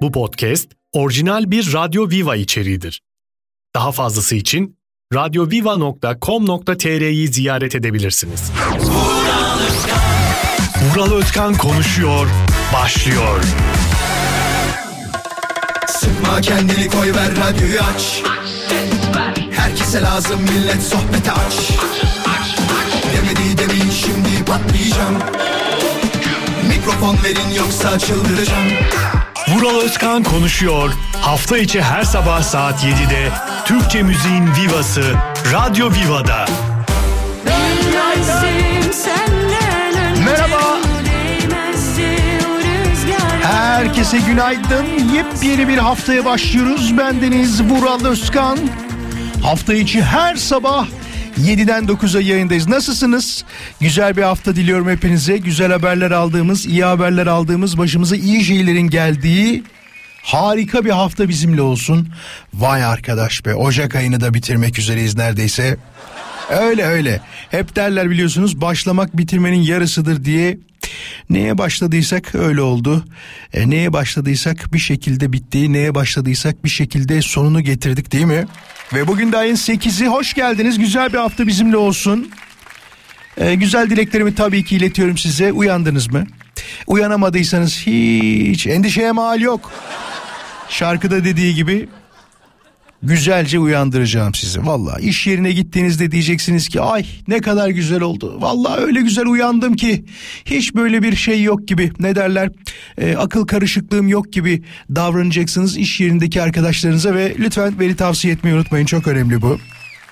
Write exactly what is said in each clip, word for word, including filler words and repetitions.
Bu podcast orijinal bir Radyo Viva içeriğidir. Daha fazlası için radyoviva nokta com nokta tr'yi ziyaret edebilirsiniz. Vural Özkan konuşuyor, başlıyor. Sıkma kendini, koy ver radyoyu aç. Herkese lazım millet, sohbete aç. Demedi demin şimdi patlayacağım. Mikrofon verin yoksa çıldıracağım. Vural Özkan konuşuyor. Hafta içi her sabah saat yedide Türkçe müziğin vivası Radyo Viva'da. Merhaba. Herkese günaydın. Yepyeni bir haftaya başlıyoruz. Bendeniz Vural Özkan. Hafta içi her sabah yediden dokuza yayındayız. Nasılsınız? Güzel bir hafta diliyorum hepinize. Güzel haberler aldığımız, iyi haberler aldığımız, başımıza iyi şeylerin geldiği harika bir hafta bizimle olsun. Vay arkadaş be, Ocak ayını da bitirmek üzereyiz neredeyse. Öyle öyle. Hep derler biliyorsunuz, başlamak bitirmenin yarısıdır diye. Neye başladıysak öyle oldu. E, neye başladıysak bir şekilde bitti. Neye başladıysak bir şekilde sonunu getirdik, değil mi? Ve bugün de ayın sekizi. Hoş geldiniz. Güzel bir hafta bizimle olsun. E, güzel dileklerimi tabii ki iletiyorum size. Uyandınız mı? Uyanamadıysanız hiç endişeye mal yok. Şarkıda dediği gibi güzelce uyandıracağım sizi. Vallahi iş yerine gittiğinizde diyeceksiniz ki ay ne kadar güzel oldu. Vallahi öyle güzel uyandım ki hiç böyle bir şey yok gibi. Ne derler? E, akıl karışıklığım yok gibi davranacaksınız iş yerindeki arkadaşlarınıza ve lütfen beni tavsiye etmeyi unutmayın. Çok önemli bu.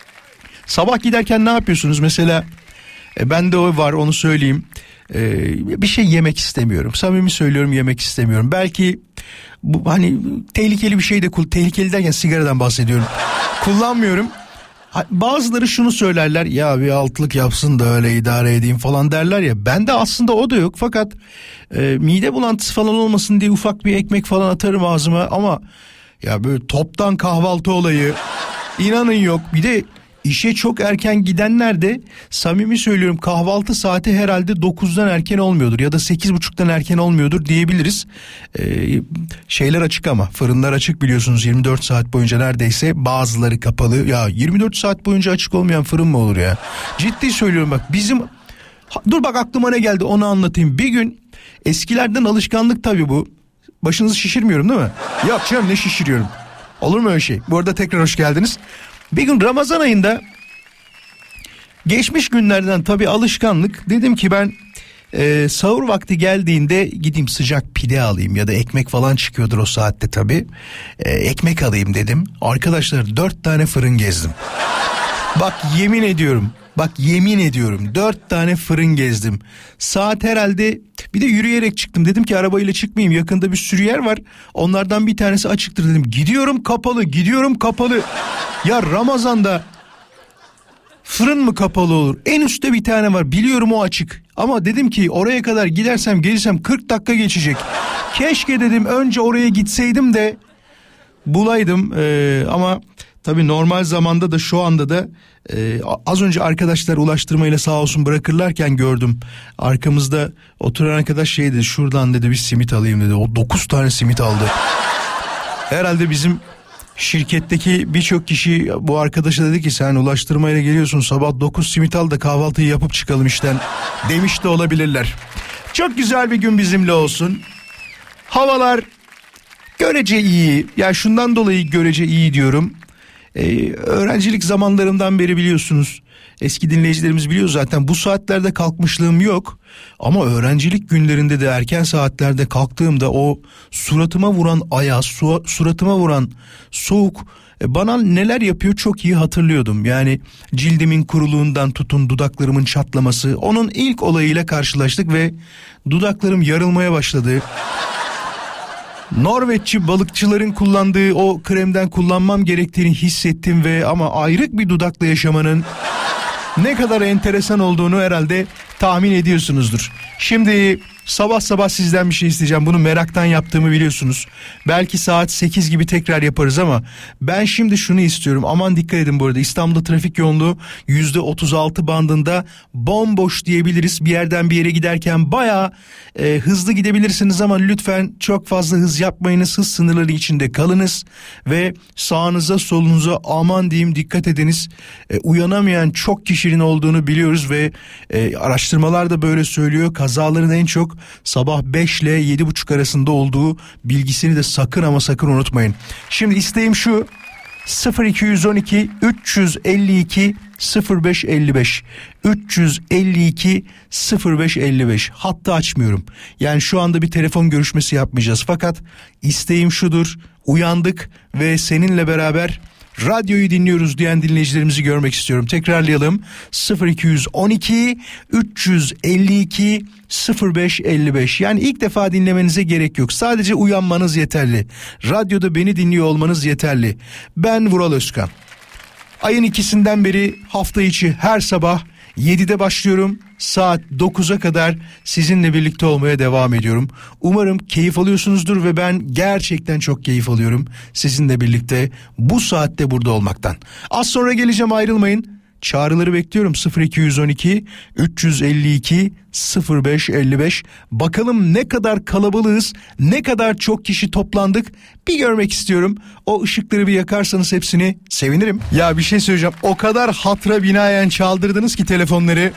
Sabah giderken ne yapıyorsunuz? Mesela e, bende o var, onu söyleyeyim. E, bir şey yemek istemiyorum. Samimi söylüyorum, yemek istemiyorum. Belki bu hani tehlikeli bir şey de, tehlikeli derken sigaradan bahsediyorum. Kullanmıyorum. Bazıları şunu söylerler, ya bir altlık yapsın da öyle idare edeyim falan derler ya. Bende aslında o da yok, fakat e, mide bulantısı falan olmasın diye ufak bir ekmek falan atarım ağzıma, ama ya böyle toptan kahvaltı olayı inanın yok. Bir de İşe çok erken gidenler de, samimi söylüyorum, kahvaltı saati herhalde dokuzdan erken olmuyordur ya da sekiz buçuktan erken olmuyordur diyebiliriz. Ee, şeyler açık ama fırınlar açık biliyorsunuz, yirmi dört saat boyunca neredeyse, bazıları kapalı. Ya yirmi dört saat boyunca açık olmayan fırın mı olur ya? Ciddi söylüyorum bak, bizim dur bak aklıma ne geldi onu anlatayım. Bir gün, eskilerden alışkanlık tabii bu, başınızı şişirmiyorum değil mi? Yok canım, ne şişiriyorum, olur mu öyle şey? Bu arada tekrar hoş geldiniz. Bir gün Ramazan ayında, geçmiş günlerden tabii alışkanlık, dedim ki ben e, sahur vakti geldiğinde gideyim sıcak pide alayım ya da ekmek falan çıkıyordur o saatte tabii. E, ekmek alayım dedim. Arkadaşlar dört tane fırın gezdim. Bak yemin ediyorum, bak yemin ediyorum dört tane fırın gezdim. Saat herhalde, bir de yürüyerek çıktım. Dedim ki arabayla çıkmayayım, yakında bir sürü yer var. Onlardan bir tanesi açıktır dedim. Gidiyorum kapalı, gidiyorum kapalı. Ya Ramazan'da fırın mı kapalı olur? En üstte bir tane var, biliyorum o açık. Ama dedim ki oraya kadar gidersem gelirsem kırk dakika geçecek. Keşke dedim önce oraya gitseydim de bulaydım. Ee, ama tabii normal zamanda da şu anda da e, az önce arkadaşlar ulaştırmayla sağ olsun bırakırlarken gördüm. Arkamızda oturan arkadaş şey dedi, şuradan dedi bir simit alayım dedi. O dokuz tane simit aldı. Herhalde bizim şirketteki birçok kişi bu arkadaşa dedi ki sen ulaştırmayla geliyorsun, sabah dokuz simit al da kahvaltıyı yapıp çıkalım işten demiş de olabilirler. Çok güzel bir gün bizimle olsun. Havalar görece iyi. Ya şundan dolayı görece iyi diyorum. Ee, öğrencilik zamanlarımdan beri biliyorsunuz, eski dinleyicilerimiz biliyor zaten, bu saatlerde kalkmışlığım yok. Ama öğrencilik günlerinde de erken saatlerde kalktığımda o suratıma vuran ayaz, su, suratıma vuran soğuk e, bana neler yapıyor çok iyi hatırlıyordum. Yani cildimin kuruluğundan tutun dudaklarımın çatlaması, onun ilk olayıyla karşılaştık ve dudaklarım yarılmaya başladı. Norveççi balıkçıların kullandığı o kremden kullanmam gerektiğini hissettim ve ama ayrık bir dudakla yaşamanın ne kadar enteresan olduğunu herhalde tahmin ediyorsunuzdur. Şimdi sabah sabah sizden bir şey isteyeceğim. Bunu meraktan yaptığımı biliyorsunuz. Belki saat sekiz gibi tekrar yaparız ama ben şimdi şunu istiyorum. Aman dikkat edin bu arada. İstanbul'da trafik yoğunluğu yüzde otuz altı bandında, bomboş diyebiliriz. Bir yerden bir yere giderken bayağı e, hızlı gidebilirsiniz ama lütfen çok fazla hız yapmayınız. Hız sınırları içinde kalınız ve sağınıza solunuza aman diyeyim dikkat ediniz. E, uyanamayan çok kişinin olduğunu biliyoruz ve e, araştırmalar da böyle söylüyor. Kazaların en çok sabah beş ile yedi buçuk arasında olduğu bilgisini de sakın ama sakın unutmayın. Şimdi isteğim şu: sıfır iki yüz on iki üç yüz elli iki sıfır beş elli beş üç yüz elli iki sıfır beş elli beş hattı açmıyorum. Yani şu anda bir telefon görüşmesi yapmayacağız. Fakat isteğim şudur: uyandık ve seninle beraber radyoyu dinliyoruz diyen dinleyicilerimizi görmek istiyorum. Tekrarlayalım: sıfır iki yüz on iki üç yüz elli iki sıfır beş elli beş. Yani ilk defa dinlemenize gerek yok. Sadece uyanmanız yeterli. Radyoda beni dinliyor olmanız yeterli. Ben Vural Özkan. Ayın ikisinden beri hafta içi her sabah yedide başlıyorum. Saat dokuza kadar sizinle birlikte olmaya devam ediyorum. Umarım keyif alıyorsunuzdur ve ben gerçekten çok keyif alıyorum sizinle birlikte bu saatte burada olmaktan. Az sonra geleceğim, ayrılmayın. Çağrıları bekliyorum. sıfır iki yüz on iki üç yüz elli iki sıfır beş elli beş. Bakalım ne kadar kalabalığız, ne kadar çok kişi toplandık bir görmek istiyorum. O ışıkları bir yakarsanız hepsini sevinirim. Ya bir şey söyleyeceğim, o kadar hatıra binaen çaldırdınız ki telefonları.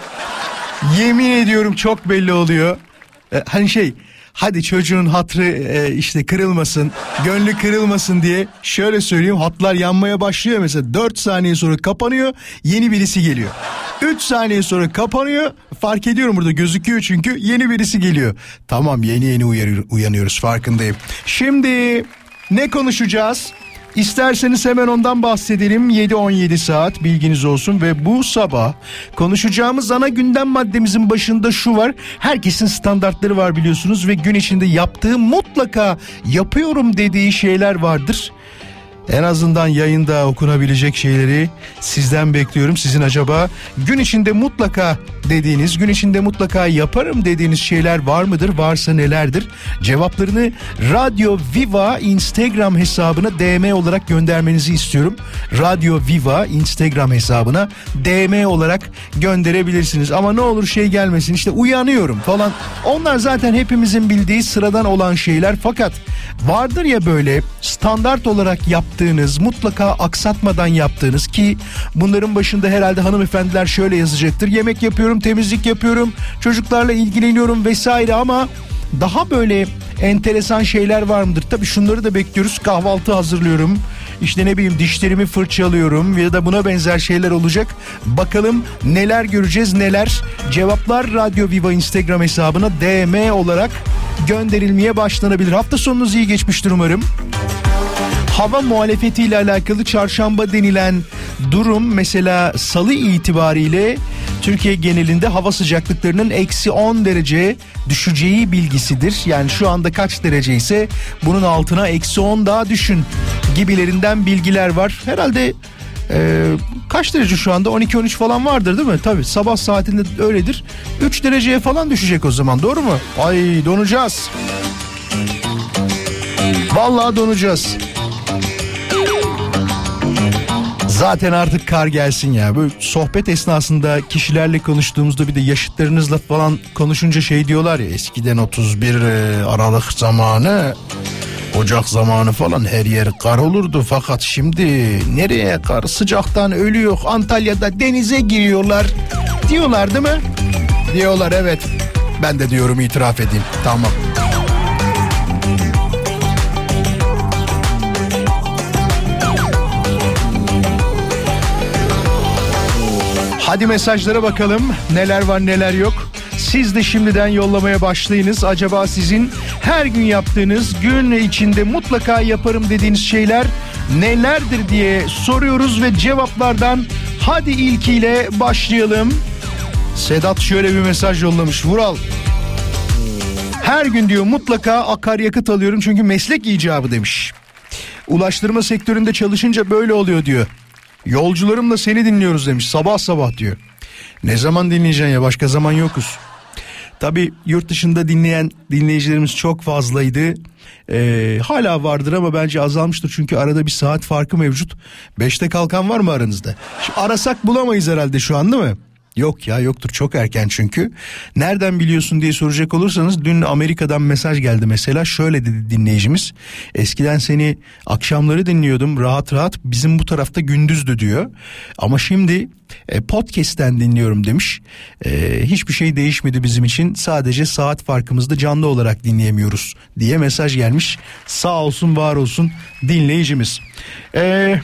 Yemin ediyorum çok belli oluyor. Ee, hani şey, hadi çocuğun hatrı e, işte kırılmasın, gönlü kırılmasın diye şöyle söyleyeyim, hatlar yanmaya başlıyor mesela, dört saniye sonra kapanıyor, yeni birisi geliyor. üç saniye sonra kapanıyor, fark ediyorum burada gözüküyor çünkü, yeni birisi geliyor. Tamam, yeni yeni uyarı, uyanıyoruz, farkındayım. Şimdi ne konuşacağız? İsterseniz hemen ondan bahsedelim. yedi on yedi saat, bilginiz olsun. Ve bu sabah konuşacağımız ana gündem maddemizin başında şu var: herkesin standartları var biliyorsunuz ve gün içinde yaptığı, mutlaka yapıyorum dediği şeyler vardır. En azından yayında okunabilecek şeyleri sizden bekliyorum. Sizin acaba gün içinde mutlaka dediğiniz, gün içinde mutlaka yaparım dediğiniz şeyler var mıdır? Varsa nelerdir? Cevaplarını Radyo Viva Instagram hesabına D M olarak göndermenizi istiyorum. Radyo Viva Instagram hesabına D M olarak gönderebilirsiniz. Ama ne olur şey gelmesin, işte uyanıyorum falan. Onlar zaten hepimizin bildiği sıradan olan şeyler. Fakat vardır ya böyle standart olarak yaptığınız, mutlaka aksatmadan yaptığınız, ki bunların başında herhalde hanımefendiler şöyle yazacaktır: yemek yapıyorum, temizlik yapıyorum, çocuklarla ilgileniyorum vesaire. Ama daha böyle enteresan şeyler var mıdır? Tabii şunları da bekliyoruz: kahvaltı hazırlıyorum, işte ne bileyim dişlerimi fırçalıyorum ya da buna benzer şeyler olacak. Bakalım neler göreceğiz, neler. Cevaplar Radyo Viva Instagram hesabına D M olarak gönderilmeye başlanabilir. Hafta sonunuz iyi geçmiştir umarım. Hava muhalefetiyle alakalı çarşamba denilen durum, mesela salı itibariyle Türkiye genelinde hava sıcaklıklarının eksi on derece düşeceği bilgisidir. Yani şu anda kaç derece ise bunun altına eksi on daha düşün gibilerinden bilgiler var. Herhalde e, kaç derece şu anda? on iki on üç falan vardır değil mi? Tabii sabah saatinde öyledir. üç dereceye falan düşecek o zaman, doğru mu? Ay, donacağız. Vallahi donacağız. Zaten artık kar gelsin ya. Böyle sohbet esnasında kişilerle konuştuğumuzda bir de yaşıtlarınızla falan konuşunca şey diyorlar ya, eskiden otuz bir Aralık zamanı, Ocak zamanı falan her yer kar olurdu. Fakat şimdi nereye kar? Sıcaktan ölüyor. Antalya'da denize giriyorlar diyorlar değil mi? Diyorlar, evet. Ben de diyorum, itiraf edeyim. Tamam. Hadi mesajlara bakalım, neler var neler yok. Siz de şimdiden yollamaya başlayınız. Acaba sizin her gün yaptığınız, gün içinde mutlaka yaparım dediğiniz şeyler nelerdir diye soruyoruz ve cevaplardan hadi ilkiyle başlayalım. Sedat şöyle bir mesaj yollamış: Vural, her gün diyor mutlaka akaryakıt alıyorum çünkü meslek icabı demiş. Ulaştırma sektöründe çalışınca böyle oluyor diyor. Yolcularımla seni dinliyoruz demiş sabah sabah diyor. Ne zaman dinleyeceksin ya, başka zaman yokuz. Tabii yurt dışında dinleyen dinleyicilerimiz çok fazlaydı. Ee, hala vardır ama bence azalmıştır çünkü arada bir saat farkı mevcut. Beşte kalkan var mı aranızda? Şu arasak bulamayız herhalde şu an, değil mi? Yok ya, yoktur, çok erken çünkü. Nereden biliyorsun diye soracak olursanız dün Amerika'dan mesaj geldi mesela. Şöyle dedi dinleyicimiz: eskiden seni akşamları dinliyordum rahat rahat, bizim bu tarafta gündüzdü diyor. Ama şimdi e, podcast'ten dinliyorum demiş. E, hiçbir şey değişmedi bizim için, sadece saat farkımızda canlı olarak dinleyemiyoruz diye mesaj gelmiş. Sağ olsun, var olsun dinleyicimiz. E,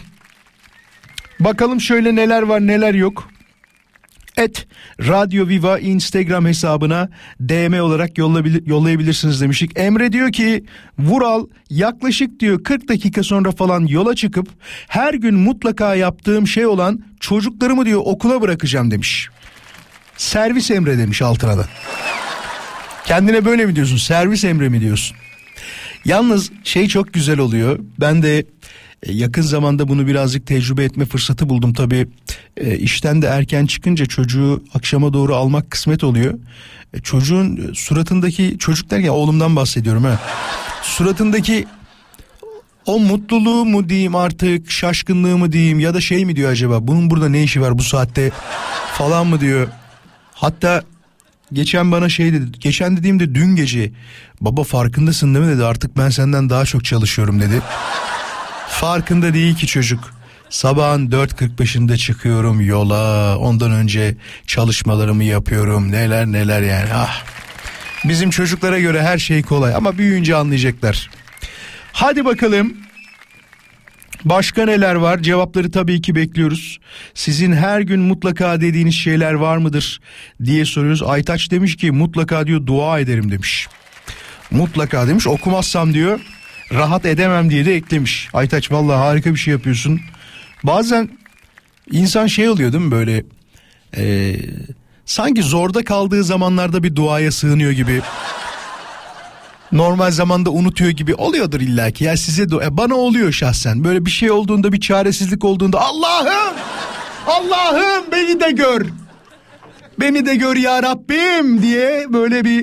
bakalım şöyle neler var neler yok. Et Radyo Viva Instagram hesabına D M olarak yollayabilirsiniz demiştik. Emre diyor ki Vural, yaklaşık diyor kırk dakika sonra falan yola çıkıp her gün mutlaka yaptığım şey olan çocuklarımı diyor okula bırakacağım demiş. Servis Emre demiş altına da. Kendine böyle mi diyorsun, servis Emre mi diyorsun? Yalnız şey çok güzel oluyor. Ben de yakın zamanda bunu birazcık tecrübe etme fırsatı buldum. Tabii e, işten de erken çıkınca çocuğu akşama doğru almak kısmet oluyor. E, çocuğun suratındaki, çocuk derken oğlumdan bahsediyorum ha. Suratındaki o mutluluğu mu diyeyim artık, şaşkınlığı mı diyeyim, ya da şey mi diyor acaba, bunun burada ne işi var bu saatte falan mı diyor. Hatta geçen bana şey dedi, geçen dediğimde dün gece, baba farkındasın değil mi dedi, artık ben senden daha çok çalışıyorum dedi. Farkında değil ki çocuk. Sabahın dört kırk beşinde çıkıyorum yola. Ondan önce çalışmalarımı yapıyorum. Neler neler yani. Ah. Bizim çocuklara göre her şey kolay ama büyüyünce anlayacaklar. Hadi bakalım. Başka neler var? Cevapları tabii ki bekliyoruz. Sizin her gün mutlaka dediğiniz şeyler var mıdır diye soruyoruz. Aytaç demiş ki mutlaka diyor dua ederim demiş. Mutlaka demiş, okumazsam diyor rahat edemem diye de eklemiş. Aytaç vallahi harika bir şey yapıyorsun. Bazen insan şey oluyor değil mi böyle e, sanki zorda kaldığı zamanlarda bir duaya sığınıyor gibi. Normal zamanda unutuyor gibi oluyordur illaki. Ya size dua, bana oluyor şahsen. Böyle bir şey olduğunda, bir çaresizlik olduğunda Allah'ım Allah'ım beni de gör. Beni de gör ya Rabbim diye böyle bir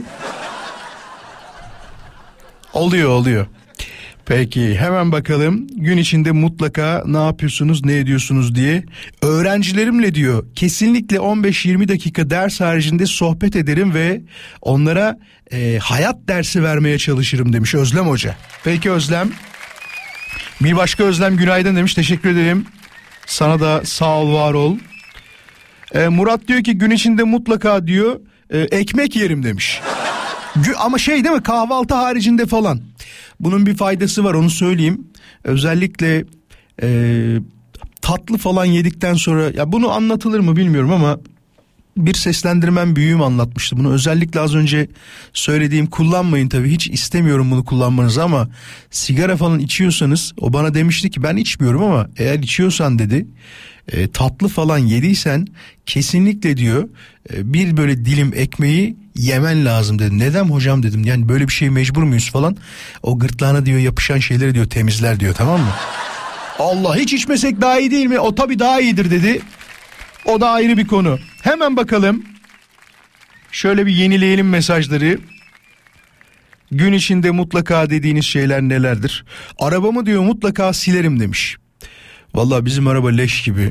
oluyor oluyor. Peki hemen bakalım gün içinde mutlaka ne yapıyorsunuz, ne ediyorsunuz diye. Öğrencilerimle diyor kesinlikle on beş yirmi dakika ders haricinde sohbet ederim ve onlara e, hayat dersi vermeye çalışırım demiş Özlem Hoca. Peki Özlem, bir başka Özlem günaydın demiş, teşekkür ederim. Sana da sağ ol, var ol. E, Murat diyor ki gün içinde mutlaka diyor e, ekmek yerim demiş. Ama şey değil mi, kahvaltı haricinde falan. Bunun bir faydası var, onu söyleyeyim. Özellikle e, tatlı falan yedikten sonra, ya bunu anlatılır mı bilmiyorum ama bir seslendirmen büyüğüm anlatmıştı bunu. Özellikle az önce söylediğim, kullanmayın tabii, hiç istemiyorum bunu kullanmanızı, ama sigara falan içiyorsanız, o bana demişti ki ben içmiyorum ama eğer içiyorsan dedi e, tatlı falan yediysen kesinlikle diyor e, bir böyle dilim ekmeği yemen lazım dedi. Neden hocam dedim, yani böyle bir şey mecbur muyuz falan. O gırtlağına diyor yapışan şeyleri diyor temizler diyor, tamam mı? Allah, hiç içmesek daha iyi değil mi? O tabii daha iyidir dedi. O da ayrı bir konu. Hemen bakalım. Şöyle bir yenileyelim mesajları. Gün içinde mutlaka dediğiniz şeyler nelerdir? Arabamı diyor mutlaka silerim demiş. Vallahi bizim araba leş gibi.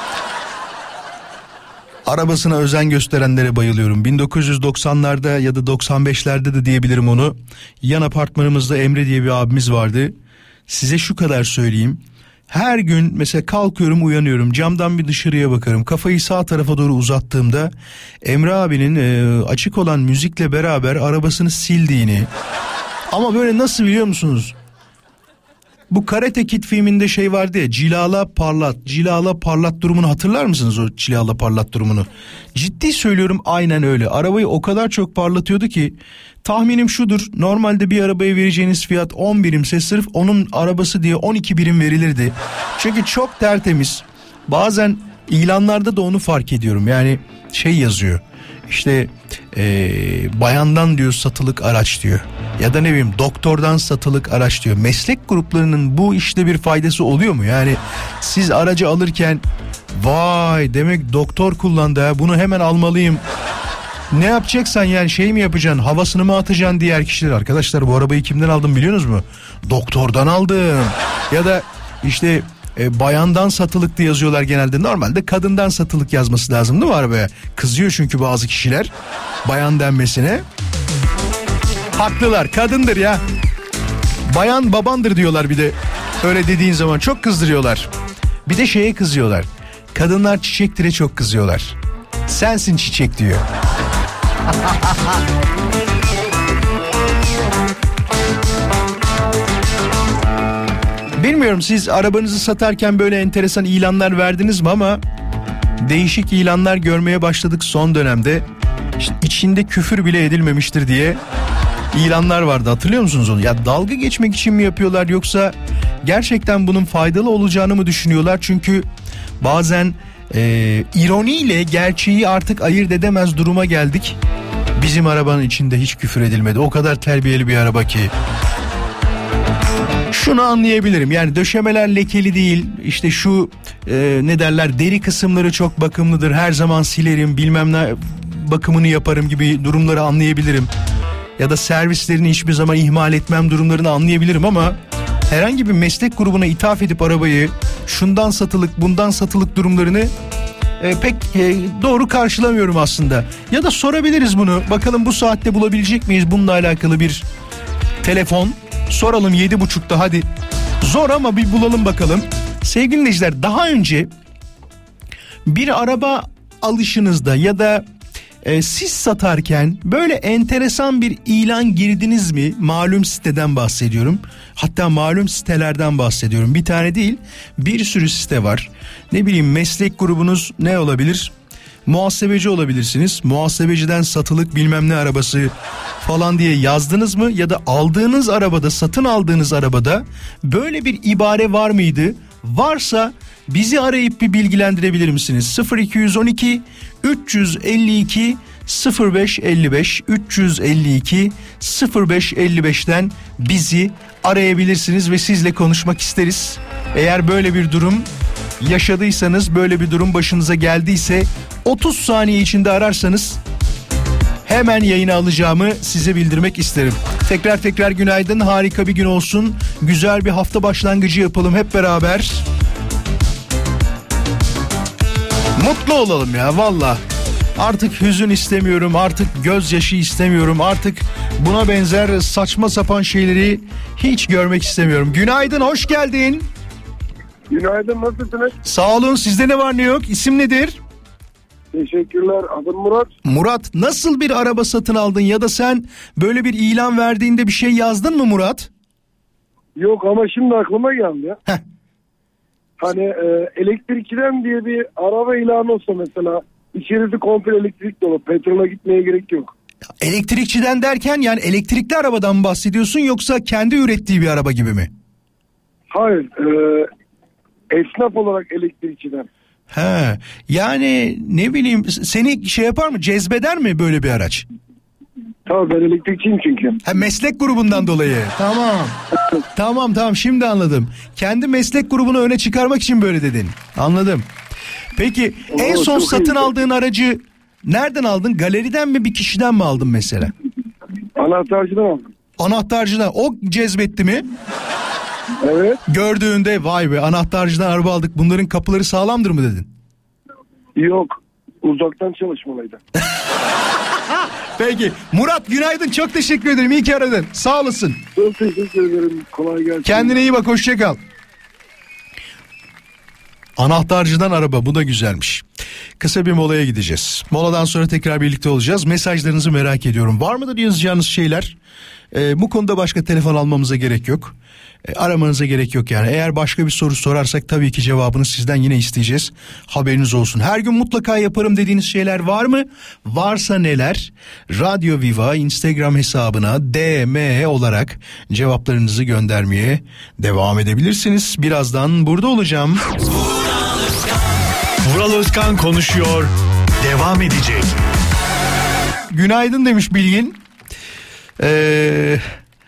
Arabasına özen gösterenlere bayılıyorum. bin dokuz yüz doksanlarda ya da doksan beşlerde de diyebilirim onu. Yan apartmanımızda Emre diye bir abimiz vardı. Size şu kadar söyleyeyim. Her gün mesela kalkıyorum, uyanıyorum, camdan bir dışarıya bakarım. Kafayı sağ tarafa doğru uzattığımda Emre abinin e, açık olan müzikle beraber arabasını sildiğini. Ama böyle nasıl biliyor musunuz? Bu Karate Kid filminde şey vardı ya, cilala parlat, cilala parlat durumunu hatırlar mısınız, o cilala parlat durumunu? Ciddi söylüyorum, aynen öyle. Arabayı o kadar çok parlatıyordu ki tahminim şudur, normalde bir arabaya vereceğiniz fiyat on birimse sırf onun arabası diye on iki birim verilirdi. Çünkü çok tertemiz. Bazen ilanlarda da onu fark ediyorum, yani şey yazıyor işte ee, bayandan diyor satılık araç diyor, ya da ne bileyim doktordan satılık araç diyor. Meslek gruplarının bu işte bir faydası oluyor mu? Yani siz aracı alırken vay demek doktor kullandı ha, bunu hemen almalıyım Ne yapacaksan yani şey mi yapacaksın, havasını mı atacaksın diğer kişiler. Arkadaşlar bu arabayı kimden aldım biliyorsunuz mu? Doktordan aldım. Ya da işte e, bayandan satılıktı yazıyorlar genelde. Normalde kadından satılık yazması lazım değil mi arabaya? Kızıyor çünkü bazı kişiler bayan denmesine. Haklılar, kadındır ya. Bayan babandır diyorlar bir de. Öyle dediğin zaman çok kızdırıyorlar. Bir de şeye kızıyorlar. Kadınlar çiçektire çok kızıyorlar. Sensin çiçek diyor. Bilmiyorum siz arabanızı satarken böyle enteresan ilanlar verdiniz mi ama değişik ilanlar görmeye başladık son dönemde. İşte içinde küfür bile edilmemiştir diye ilanlar vardı, hatırlıyor musunuz onu? Ya dalga geçmek için mi yapıyorlar yoksa gerçekten bunun faydalı olacağını mı düşünüyorlar? Çünkü bazen e, ironiyle gerçeği artık ayırt edemez duruma geldik. Bizim arabanın içinde hiç küfür edilmedi. O kadar terbiyeli bir araba ki. Şunu anlayabilirim, yani döşemeler lekeli değil, işte şu e, ne derler, deri kısımları çok bakımlıdır, her zaman silerim, bilmem ne bakımını yaparım gibi durumları anlayabilirim. Ya da servislerini hiçbir zaman ihmal etmem durumlarını anlayabilirim ama herhangi bir meslek grubuna ithaf edip arabayı şundan satılık bundan satılık durumlarını e, pek e, doğru karşılamıyorum aslında. Ya da sorabiliriz bunu, bakalım bu saatte bulabilecek miyiz bununla alakalı bir telefon. Soralım yedi buçukta, hadi. Zor ama bir bulalım bakalım. Sevgili dinleyiciler, daha önce bir araba alışınızda ya da e, siz satarken böyle enteresan bir ilan girdiniz mi? Malum siteden bahsediyorum. Hatta malum sitelerden bahsediyorum. Bir tane değil, bir sürü site var. Ne bileyim, meslek grubunuz ne olabilir? Muhasebeci olabilirsiniz. Muhasebeciden satılık bilmem ne arabası falan diye yazdınız mı? Ya da aldığınız arabada, satın aldığınız arabada böyle bir ibare var mıydı? Varsa bizi arayıp bir bilgilendirebilir misiniz? sıfır iki on iki üç yüz elli iki sıfır beş elli beş üç yüz elli iki sıfır beş elli beşten bizi arayabilirsiniz ve sizle konuşmak isteriz. Eğer böyle bir durum yaşadıysanız, böyle bir durum başınıza geldiyse otuz saniye içinde ararsanız hemen yayına alacağımı size bildirmek isterim. Tekrar tekrar günaydın, harika bir gün olsun. Güzel bir hafta başlangıcı yapalım hep beraber. Mutlu olalım ya, valla. Artık hüzün istemiyorum, artık gözyaşı istemiyorum, artık buna benzer saçma sapan şeyleri hiç görmek istemiyorum. Günaydın, hoş geldin. Günaydın, nasılsınız? Sağ olun, sizde ne var ne yok? İsim nedir? Teşekkürler, adım Murat. Murat, nasıl bir araba satın aldın ya da sen böyle bir ilan verdiğinde bir şey yazdın mı Murat? Yok ama şimdi aklıma geldi ya. Heh. Hani e, elektrikçiden diye bir araba ilanı olsa mesela, içerisi komple elektrik dolu, petrola gitmeye gerek yok. Elektrikçiden derken yani elektrikli arabadan mı bahsediyorsun yoksa kendi ürettiği bir araba gibi mi? Hayır, e, esnaf olarak elektrikçiden. He, yani ne bileyim, seni şey yapar mı, cezbeder mi böyle bir araç? Tabii, ben elektrikçiyim çünkü. Ha, meslek grubundan dolayı. Tamam. Tamam tamam, şimdi anladım. Kendi meslek grubunu öne çıkarmak için böyle dedin. Anladım. Peki Oo, en son çok satın iyi. aldığın aracı nereden aldın? Galeriden mi, bir kişiden mi aldın mesela? Anahtarcıdan aldım. Anahtarcıdan. O cezbetti mi? Evet. Gördüğünde vay be, anahtarcıdan araba aldık, bunların kapıları sağlamdır mı dedin? Yok, uzaktan çalışmalıydı. Peki Murat, günaydın, çok teşekkür ederim, iyi ki aradın, sağ olasın. Çok teşekkür ederim, kolay gelsin. Kendine iyi bak, hoşça kal. Anahtarcıdan araba, bu da güzelmiş. Kısa bir molaya gideceğiz. Moladan sonra tekrar birlikte olacağız. Mesajlarınızı merak ediyorum. Var mıdır yazacağınız şeyler? Ee, bu konuda başka telefon almamıza gerek yok. Ee, aramanıza gerek yok yani. Eğer başka bir soru sorarsak tabii ki cevabını sizden yine isteyeceğiz. Haberiniz olsun. Her gün mutlaka yaparım dediğiniz şeyler var mı? Varsa neler? Radyo Viva Instagram hesabına D M olarak cevaplarınızı göndermeye devam edebilirsiniz. Birazdan burada olacağım. Vural Özkan konuşuyor. Devam edecek. Günaydın demiş Bilgin. Ee,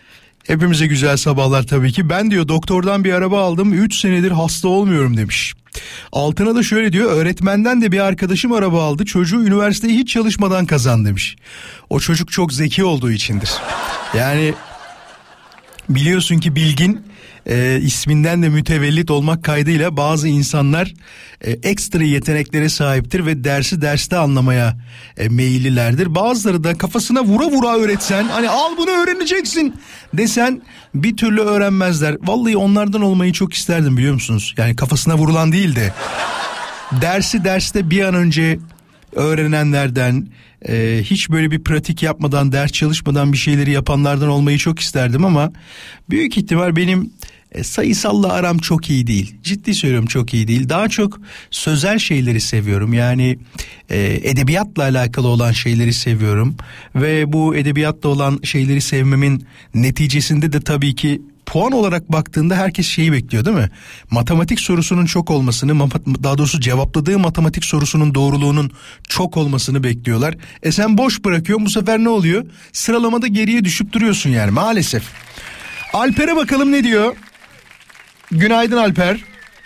hepimize güzel sabahlar tabii ki. Ben diyor doktordan bir araba aldım, üç senedir hasta olmuyorum demiş. Altına da şöyle diyor: öğretmenden de bir arkadaşım araba aldı, çocuğu üniversiteyi hiç çalışmadan kazandı demiş. O çocuk çok zeki olduğu içindir. Yani biliyorsun ki Bilgin e, isminden de mütevellit olmak kaydıyla bazı insanlar e, ekstra yeteneklere sahiptir ve dersi derste anlamaya e, meyillilerdir. Bazıları da kafasına vura vura öğretsen, hani al bunu öğreneceksin desen bir türlü öğrenmezler. Vallahi onlardan olmayı çok isterdim, biliyor musunuz? Yani kafasına vurulan değil de dersi derste bir an önce öğrenenlerden, e, hiç böyle bir pratik yapmadan, ders çalışmadan bir şeyleri yapanlardan olmayı çok isterdim ama büyük ihtimal benim e, sayısalla aram çok iyi değil. Ciddi söylüyorum, çok iyi değil. Daha çok sözel şeyleri seviyorum. Yani e, edebiyatla alakalı olan şeyleri seviyorum ve bu edebiyatla olan şeyleri sevmemin neticesinde de tabii ki puan olarak baktığında herkes şeyi bekliyor, değil mi? Matematik sorusunun çok olmasını, daha doğrusu cevapladığı matematik sorusunun doğruluğunun çok olmasını bekliyorlar. E sen boş bırakıyorsun, bu sefer ne oluyor? Sıralamada geriye düşüp duruyorsun yani, maalesef. Alper'e bakalım ne diyor? Günaydın Alper.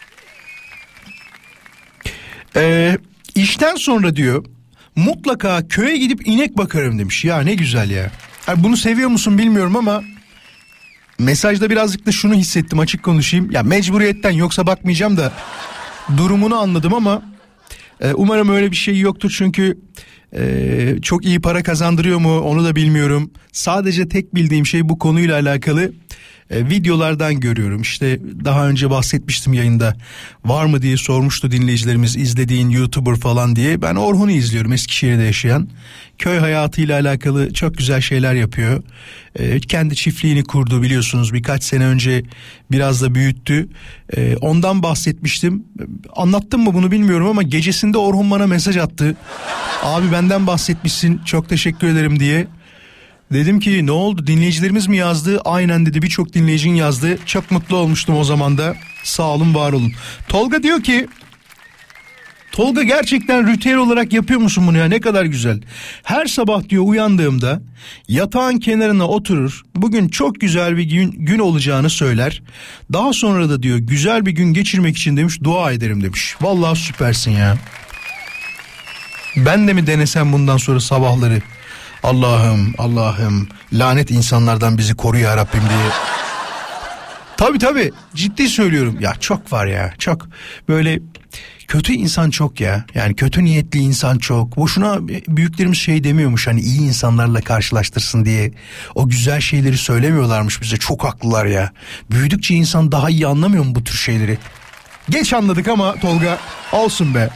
Ee, işten sonra diyor mutlaka köye gidip inek bakarım demiş. Ya ne güzel ya. Yani bunu seviyor musun bilmiyorum ama mesajda birazcık da şunu hissettim, açık konuşayım. Ya mecburiyetten, yoksa bakmayacağım da durumunu anladım ama e, umarım öyle bir şey yoktur çünkü e, çok iyi para kazandırıyor mu onu da bilmiyorum. Sadece tek bildiğim şey bu konuyla alakalı e, videolardan görüyorum. İşte daha önce bahsetmiştim yayında, var mı diye sormuştu dinleyicilerimiz, izlediğin YouTuber falan diye. Ben Orhun'u izliyorum, Eskişehir'de yaşayan. Köy hayatıyla alakalı çok güzel şeyler yapıyor. Ee, kendi çiftliğini kurdu, biliyorsunuz, birkaç sene önce biraz da büyüttü. Ee, ondan bahsetmiştim. Anlattım mı bunu bilmiyorum ama gecesinde Orhun bana mesaj attı. Abi benden bahsetmişsin, çok teşekkür ederim diye. Dedim ki ne oldu, dinleyicilerimiz mi yazdı? Aynen dedi, birçok dinleyicinin yazdı. Çok mutlu olmuştum o zaman da. Sağ olun, var olun. Tolga diyor ki, Tolga gerçekten ritüel olarak yapıyor musun bunu ya, ne kadar güzel. Her sabah diyor uyandığımda yatağın kenarına oturur, bugün çok güzel bir gün, gün olacağını söyler. Daha sonra da diyor güzel bir gün geçirmek için demiş dua ederim demiş. Vallahi süpersin ya. Ben de mi denesem bundan sonra sabahları? Allah'ım Allah'ım lanet insanlardan bizi koru ya Rabbim diye. Tabii tabii, ciddi söylüyorum ya, çok var ya, çok böyle kötü insan çok ya, yani kötü niyetli insan çok. Boşuna büyüklerimiz şey demiyormuş, hani iyi insanlarla karşılaştırsın diye o güzel şeyleri söylemiyorlarmış bize. Çok haklılar ya, büyüdükçe insan daha iyi anlamıyor mu bu tür şeyleri? Geç anladık ama Tolga, olsun be.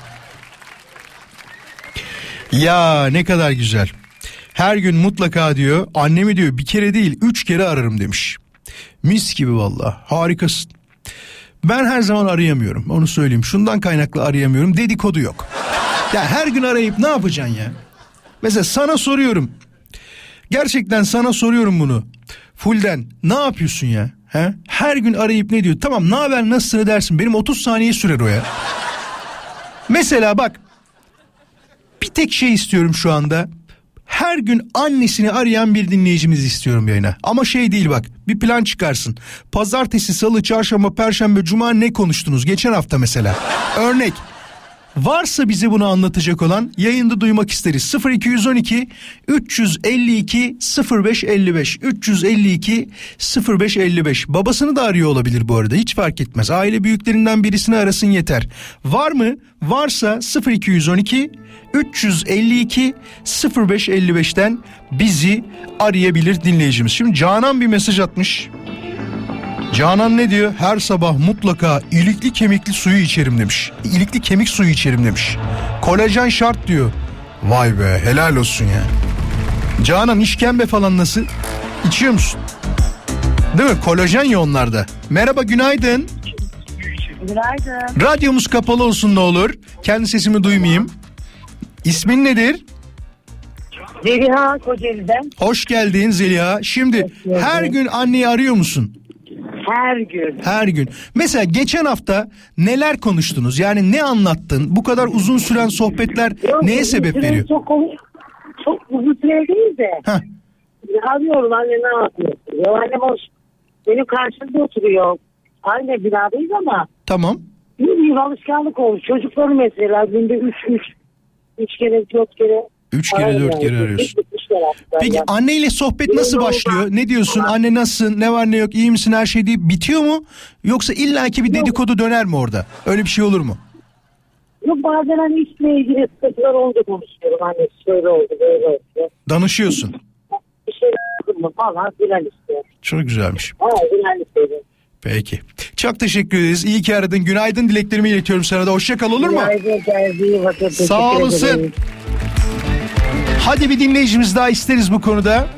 Ya ne kadar güzel. Her gün mutlaka diyor annemi diyor bir kere değil üç kere ararım demiş. Mis gibi valla, harikasın. Ben her zaman arayamıyorum, onu söyleyeyim. Şundan kaynaklı arayamıyorum, dedikodu yok. Ya her gün arayıp ne yapacaksın ya? Mesela sana soruyorum. Gerçekten sana soruyorum bunu. Fulden ne yapıyorsun ya? He? Her gün arayıp ne diyor? Tamam, ne haber, nasılsın dersin. Benim otuz saniye sürer o ya. Mesela bak, bir tek şey istiyorum şu anda. Her gün annesini arayan bir dinleyicimizi istiyorum yayına. Ama şey değil bak, bir plan çıkarsın. Pazartesi, salı, çarşamba, perşembe, cuma ne konuştunuz? Geçen hafta mesela. Örnek. Varsa bize bunu anlatacak olan yayında duymak isteriz. sıfır iki yüz on iki üç yüz elli iki sıfır beş elli beş üç yüz elli iki sıfır beş elli beş. Babasını da arıyor olabilir bu arada, hiç fark etmez. Aile büyüklerinden birisini arasın yeter. Var mı? Varsa sıfır iki yüz on iki üç yüz elli iki sıfır beş elli beşten bizi arayabilir dinleyicimiz. Şimdi Canan bir mesaj atmış. Canan ne diyor? Her sabah mutlaka ilikli kemikli suyu içerim demiş. İlikli kemik suyu içerim demiş. Kolajen şart diyor. Vay be, helal olsun ya. Canan, işkembe falan nasıl? İçiyor musun? Değil mi? Kolajen ya onlarda. Merhaba, günaydın. Günaydın. Radyomuz kapalı olsun ne olur. Kendi sesimi duymayayım. İsmin nedir? Zeliha Kocaeli'den. Hoş geldin Zeliha. Şimdi her gün anneyi arıyor musun? Her gün. Her gün. Mesela geçen hafta neler konuştunuz? Yani ne anlattın? Bu kadar uzun süren sohbetler Yok, neye sebep veriyor? Çok, çok uzun süre değil de. Heh. Arıyorum, anne ne yapıyorsun? Ya annem hoş. Benim karşımda oturuyor. Aynı binadayız ama. Tamam. Ne bileyim alışkanlık olmuş. Çocukları mesela günde üç üç üç kere dört kere. Üç kere dört kere arıyorsun. Peki Yani. anneyle sohbet nasıl başlıyor? Ne diyorsun? Anne nasılsın? Ne var ne yok? İyi misin? Her şey deyip bitiyor mu? Yoksa illaki bir dedikodu döner mi orada? Öyle bir şey olur mu? Yok bazen hani işle ilgili sıkıntılar oldu konuşuyorum. Hani şöyle oldu böyle oldu. Danışıyorsun. Bir şey yaptım mı falan filan istiyor. Çok güzelmiş. Ha filan istiyorum. Peki. Çok teşekkür ederiz. İyi ki aradın. Günaydın dileklerimi iletiyorum sana da. Hoşça kal, olur mu? Günaydın, geldiği vakit. Sağ olasın. Hadi bir dinleyicimiz daha isteriz bu konuda.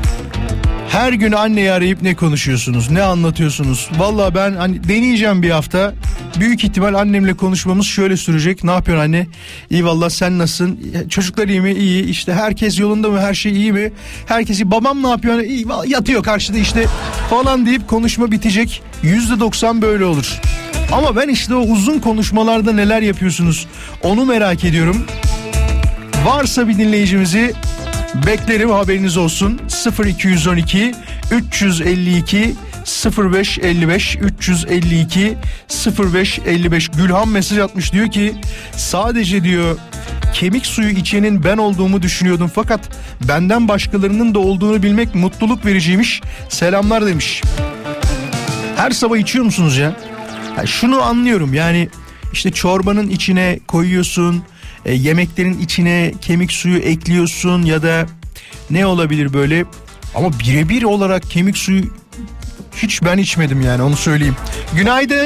Her gün anneyi arayıp ne konuşuyorsunuz? Ne anlatıyorsunuz? Vallahi ben hani deneyeceğim bir hafta. Büyük ihtimal annemle konuşmamız şöyle sürecek. Ne yapıyorsun anne? İyi vallahi, sen nasılsın? Çocuklar iyi mi? İyi. İşte herkes yolunda mı? Her şey iyi mi? Herkesi babam ne yapıyor? İyi, yatıyor karşıda işte falan deyip konuşma bitecek. yüzde doksan böyle olur. Ama ben işte o uzun konuşmalarda neler yapıyorsunuz? Onu merak ediyorum. Varsa bir dinleyicimizi beklerim, haberiniz olsun. sıfır iki on iki üç elli iki sıfır beş elli beş üç elli iki sıfır beş elli beş. Gülhan mesaj atmış, diyor ki sadece diyor kemik suyu içenin ben olduğumu düşünüyordum fakat benden başkalarının da olduğunu bilmek mutluluk vericiymiş. Selamlar demiş. Her sabah içiyor musunuz ya? Yani şunu anlıyorum, yani işte çorbanın içine koyuyorsun, e, yemeklerin içine kemik suyu ekliyorsun ya da ne olabilir böyle, ama birebir olarak kemik suyu hiç ben içmedim, yani onu söyleyeyim. Günaydın.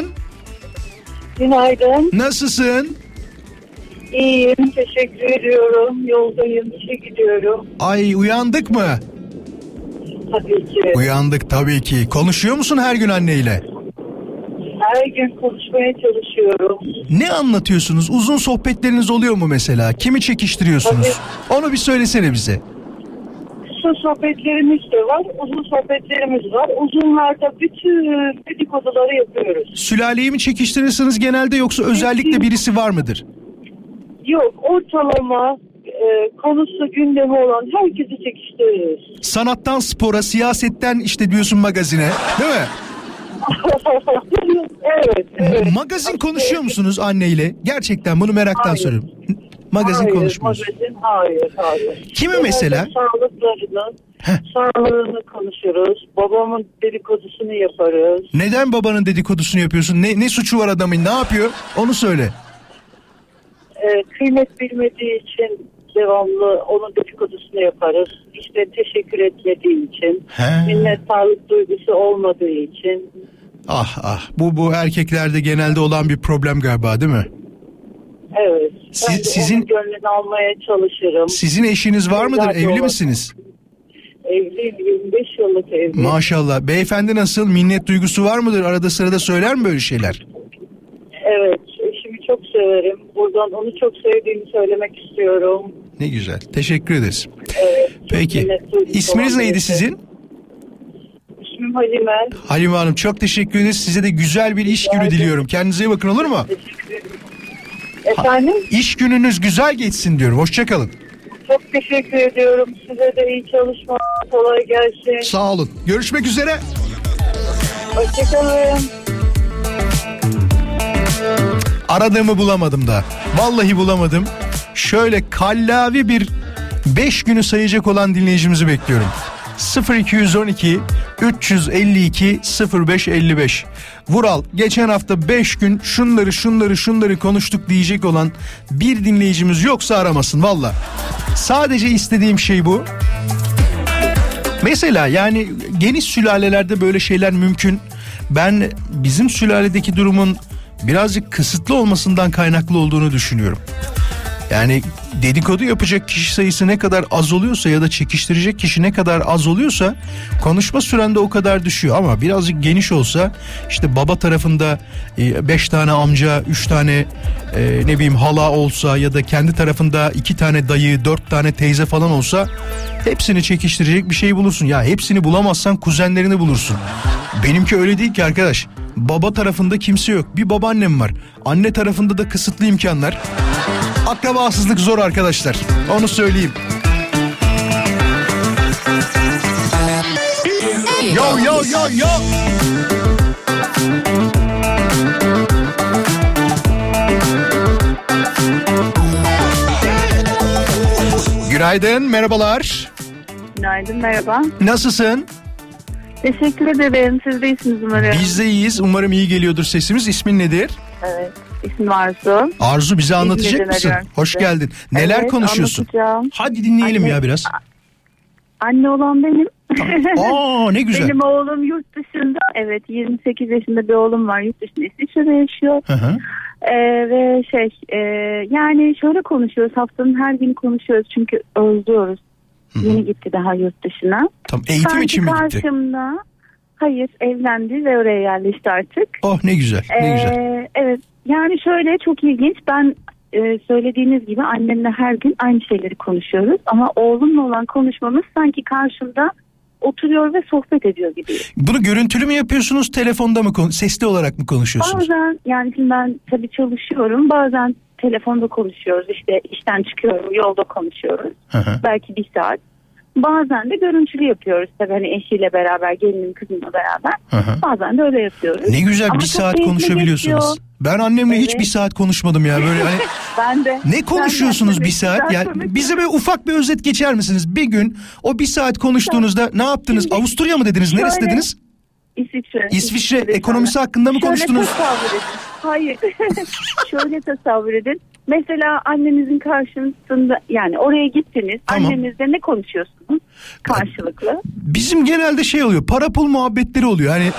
Günaydın. Nasılsın? İyiyim, teşekkür ediyorum. Yoldayım, işe gidiyorum. Ay, uyandık mı? Tabii ki. Uyandık tabii ki. Konuşuyor musun her gün anneyle? Her gün konuşmaya çalışıyorum. Ne anlatıyorsunuz? Uzun sohbetleriniz oluyor mu mesela? Kimi çekiştiriyorsunuz? Tabii. Onu bir söylesene bize. Kısa sohbetlerimiz de var, uzun sohbetlerimiz var. Uzunlarda bütün dedikoduları yapıyoruz. Sülaleyi mi çekiştirirsiniz genelde, yoksa özellikle birisi var mıdır? Yok, ortalama e, konusu gündemi olan herkesi çekiştiriyoruz. Sanattan spora, siyasetten işte diyorsun magazine, değil mi? Evet, evet. Magazin konuşuyor musunuz anneyle? Gerçekten bunu meraktan Hayır. soruyorum. Magazin hayır, konuşmuyorsun. Magazin, hayır, hayır. Kimi Genelde mesela? Sağlıklarını, Heh. sağlığını konuşuruz. Babamın dedikodusunu yaparız. Neden babanın dedikodusunu yapıyorsun? Ne, ne suçu var adamın? Ne yapıyor? Onu söyle. Ee, kıymet bilmediği için devamlı onun dedikodusunu yaparız. İşte teşekkür etmediği için, He. minnettarlık duygusu olmadığı için. Ah ah, bu bu erkeklerde genelde olan bir problem galiba, değil mi? Evet. Siz- ben de sizin- onun gönlünü almaya çalışırım. Sizin eşiniz var mıdır? Nerede Evli olan- misiniz? Evliyim, yirmi beş yıllık evliyim. Maşallah. Beyefendi nasıl? Minnet duygusu var mıdır? Arada sırada söyler mi böyle şeyler? Evet, eşimi çok severim. Buradan onu çok sevdiğimi söylemek istiyorum. Ne güzel. Teşekkür ederiz. Evet, çok Peki. minnet duygusu İsminiz olan neydi birisi. sizin? İsmim Halime. Halime Hanım, çok teşekkür ederiz. Size de güzel bir iş günü diliyorum. Kendinize iyi bakın, olur mu? Teşekkür ederim. Efendim? İş gününüz güzel geçsin diyorum. Hoşçakalın. Çok teşekkür ediyorum. Size de iyi çalışmalar. Kolay gelsin. Sağ olun. Görüşmek üzere. Hoşçakalın. Aradığımı bulamadım da. Vallahi bulamadım. Şöyle kallavi bir beş günü sayacak olan dinleyicimizi bekliyorum. sıfır iki on iki üç elli iki sıfır beş elli beş. Vural, geçen hafta beş gün şunları şunları şunları konuştuk diyecek olan bir dinleyicimiz yoksa aramasın valla. Sadece istediğim şey bu. Mesela yani geniş sülalelerde böyle şeyler mümkün. Ben bizim sülaledeki durumun birazcık kısıtlı olmasından kaynaklı olduğunu düşünüyorum. Yani dedikodu yapacak kişi sayısı ne kadar az oluyorsa ya da çekiştirecek kişi ne kadar az oluyorsa konuşma sürende o kadar düşüyor. Ama birazcık geniş olsa, işte baba tarafında beş tane amca, üç tane e, ne bileyim hala olsa ya da kendi tarafında iki tane dayı, dört tane teyze falan olsa hepsini çekiştirecek bir şey bulursun. Ya hepsini bulamazsan kuzenlerini bulursun. Benimki öyle değil ki arkadaş. Baba tarafında kimse yok. Bir babaannem var. Anne tarafında da kısıtlı imkanlar. Akrabasızlık zor arkadaşlar. Onu söyleyeyim. Yo yo yo yo. Günaydın, merhabalar. Günaydın, merhaba. Nasılsın? Teşekkür ederim. Siz de iyisiniz umarım. Biz de iyiyiz. Umarım iyi geliyordur sesimiz. İsmin nedir? Evet. İsmim Arzu. Arzu, bize anlatacak İzmir'den mısın? arıyorum Hoş size. geldin. Neler Evet, konuşuyorsun? anlatacağım. Hadi dinleyelim Anne- ya biraz. Anne olan benim. Aa, ne güzel. Benim oğlum yurt dışında. Evet, yirmi sekiz yaşında bir oğlum var. Yurt dışında, İsviçre'de yaşıyor. Hı hı. Ee, ve şey e, yani şöyle konuşuyoruz. Haftanın her günü konuşuyoruz. Çünkü özlüyoruz. Hı hı. Yeni gitti daha yurt dışına. Tamam, eğitim Sanki için mi gitti? karşımda, hayır, evlendi ve oraya yerleşti artık. Oh, ne güzel, ne Ee, güzel. Evet, yani şöyle çok ilginç. Ben e, söylediğiniz gibi annemle her gün aynı şeyleri konuşuyoruz. Ama oğlumla olan konuşmamız sanki karşımda oturuyor ve sohbet ediyor gibi. Bunu görüntülü mü yapıyorsunuz, telefonda mı, kon- sesli olarak mı konuşuyorsunuz? Bazen yani şimdi ben tabii çalışıyorum. Bazen telefonda konuşuyoruz. İşte işten çıkıyorum, yolda konuşuyoruz. Hı hı. Belki bir saat. Bazen de görüntülü yapıyoruz. Tabii hani eşiyle beraber, gelinim kızımla beraber. Hı hı. Bazen de öyle yapıyoruz. Ne güzel, Ama bir çok saat keyifli konuşabiliyorsunuz. geçiyor. Ben annemle hiç Evet. bir saat konuşmadım ya, böyle hani. Ben de. Ne konuşuyorsunuz Ben de bir saat? güzel Yani konuşuyorum. bize böyle ufak bir özet geçer misiniz? Bir gün o bir saat konuştuğunuzda ne yaptınız? Şimdi Avusturya mı dediniz? Neresi şöyle- dediniz? İsviçre. İsviçre İsviçre'de ekonomisi sonra. hakkında mı Şöyle konuştunuz? tasavvur edin. Hayır. Şöyle tasavvur edin. Mesela annenizin karşısında, yani oraya gittiniz. Tamam. Annenizle ne konuşuyorsunuz karşılıklı? Bizim genelde şey oluyor, para pul muhabbetleri oluyor. Hani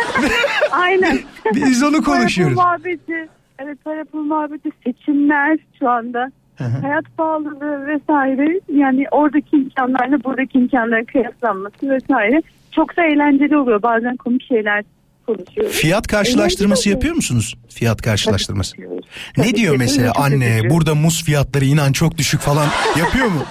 Aynen. biz onu konuşuyoruz. Para pul muhabbeti. Evet, para pul muhabbeti, seçimler şu anda. Hı hı. Hayat pahalılığı vesaire. Yani oradaki imkanlarla buradaki imkanların kıyaslanması vesaire. Çok da eğlenceli oluyor. Bazen komik şeyler konuşuyoruz. Fiyat karşılaştırması Eğlenceli yapıyor musunuz? Fiyat karşılaştırması. Tabii yapıyoruz. Ne Tabii diyor ki. mesela Çok anne, üzücü. burada muz fiyatları inan çok düşük falan yapıyor mu?